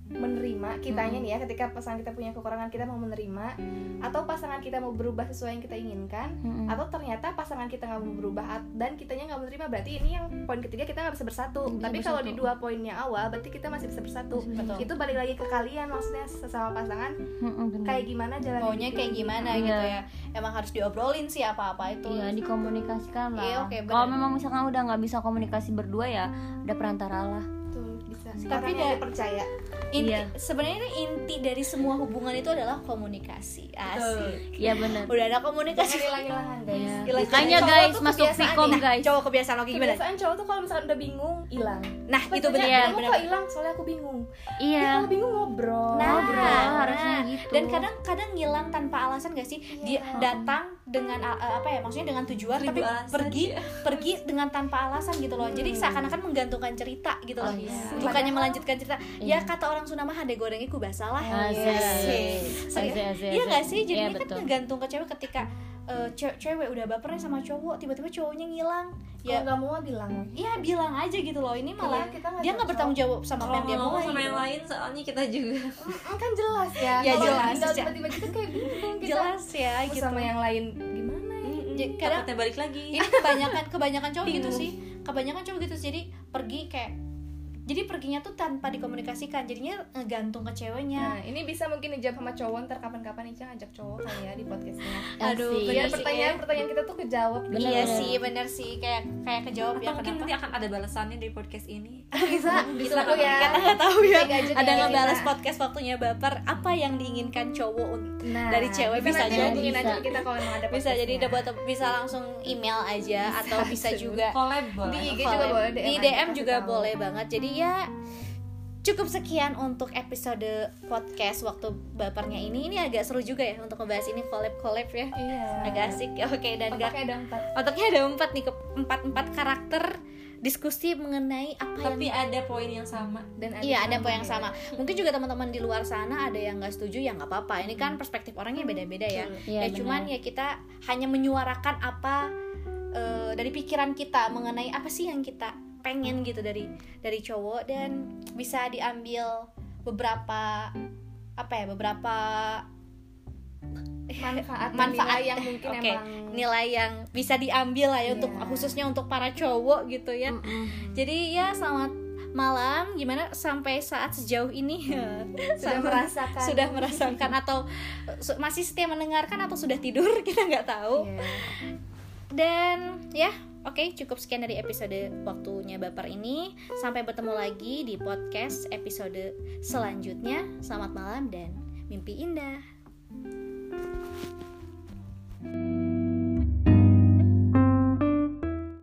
menerima kitanya nih ya, ketika pasangan kita punya kekurangan kita mau menerima, atau pasangan kita mau berubah sesuai yang kita inginkan, Mm-mm. atau ternyata pasangan kita nggak mau berubah dan kitanya nggak menerima, berarti ini yang poin ketiga kita nggak bisa bersatu. Bisa Tapi bersatu. kalau di dua poinnya awal berarti kita masih bisa bersatu. Betul. Itu balik lagi ke kalian, maksudnya sesama pasangan Mm-mm, bener. kayak gimana jalan maunya hidup kayak ini. gimana Iya. gitu ya, emang harus diobrolin sih apa-apa itu. Iya, dikomunikasikan lah. Iya, oke, benar. Kalau memang misalkan udah nggak bisa komunikasi berdua ya, ada perantara lah. Betul, bisa. Tapi Orang yang da- dipercaya. Inti, Iya. sebenarnya inti dari semua hubungan itu adalah komunikasi. Asik. Iya benar. Udah ada Jangan komunikasi. hilang-hilangan guys. Iya. Hilang- Makanya Cowok guys tuh masuk kebiasaan Vkom ya. guys. Cowok kebiasaan oke gimana? Kebiasaan cowok tuh kalau misalkan udah bingung, hilang. Nah, itu Tanya, benar kamu benar. kok hilang? Soalnya aku bingung. Ya, Iya. kalau bingung ngobrol. Nah, Ngobrol, harusnya gitu. Dan kadang-kadang ngilang tanpa alasan gak sih? Dia Iya. datang dengan a- a- apa ya? Maksudnya dengan tujuan Seribu tapi alasan, pergi ya. pergi dengan tanpa alasan gitu loh. Jadi seakan-akan menggantungkan cerita gitu loh. Oh, iya. Bukannya Padahal- melanjutkan cerita. Iya. Ya kata orang Sunda mah hade goreng iku basalah. Asik. Asik. Asik, asik, Iya asik. gak sih? Jadi Iya, ini kan betul. ngegantung ke cewek ketika eh, ce- cewek udah baper nih sama cowok, tiba-tiba cowoknya ngilang. Ya Ya nggak mau bilang. Iya bilang aja gitu loh. Ini malah Iya, kita nggak dia nggak cocok. bertanggung jawab sama apa Kalau yang dia ngomong mulai. sama gitu. yang lain soalnya kita juga. Mm, kan jelas ya. Ya, Kalau jelas. tinggal tiba-tiba kita kayak bingung kita. Jelas ya Mau gitu. sama yang lain gimana ya? Jadi kadang Takutnya balik lagi. ini kebanyakan kebanyakan cowok gitu Bingung. sih. Kebanyakan cowok gitu jadi pergi kayak jadi perginya tuh tanpa dikomunikasikan, jadinya ngegantung ke ceweknya. Nah, ini bisa mungkin dijawab sama cowok, ntar kapan-kapan Ica ngajak cowok kali ya di podcastnya. Aduh, Asik. bener Biar sih, pertanyaan-pertanyaan kita tuh kejawab. Bener, Iya bener. sih, bener sih, kayak kayak kejawab Atau ya mungkin kenapa? nanti akan ada balasannya dari podcast ini. Bisa, bisa Bisa, ya. Kita nggak tahu ya. Bisa aja Ada deh, ngebalas kita. podcast waktunya baper, apa yang diinginkan cowok un- Nah, dari cewek bisa nanti jadi. hubungin aja Bisa. kita kalau emang ada bisa jadi podcastnya. dapat bisa langsung email aja atau bisa juga Collab Di boleh. I G juga collab. boleh, D M di aja, D M kasih juga tahu. boleh banget. Jadi ya cukup sekian untuk episode podcast waktu bapernya ini. Ini agak seru juga ya untuk ngebahas ini collab-collab ya. Iya. Agak asik. Oke, dan gak Otaknya ada empat. otaknya ada empat nih, ke- empat-empat karakter diskusi mengenai apa Tapi yang ada poin yang sama. Dan iya ada sama poin yang ya. sama. Mungkin juga teman-teman di luar sana ada yang nggak setuju, ya nggak apa-apa. Ini kan perspektif orangnya beda-beda ya. Iya, Ya cuman benar. ya kita hanya menyuarakan apa eh, dari pikiran kita mengenai apa sih yang kita pengen gitu dari dari cowok, dan bisa diambil beberapa apa ya beberapa manfaat, manfaat nilai yang mungkin Oke, emang nilai yang bisa diambil lah ya untuk Iya. khususnya untuk para cowok gitu ya. Mm-mm. Jadi ya selamat malam, gimana sampai saat sejauh ini sudah Sama- merasakan sudah merasakan atau su- masih setia mendengarkan atau sudah tidur, kita nggak tahu. Iya. Dan ya oke, cukup sekian dari episode waktunya baper ini. Sampai bertemu lagi di podcast episode selanjutnya. Selamat malam dan mimpi indah.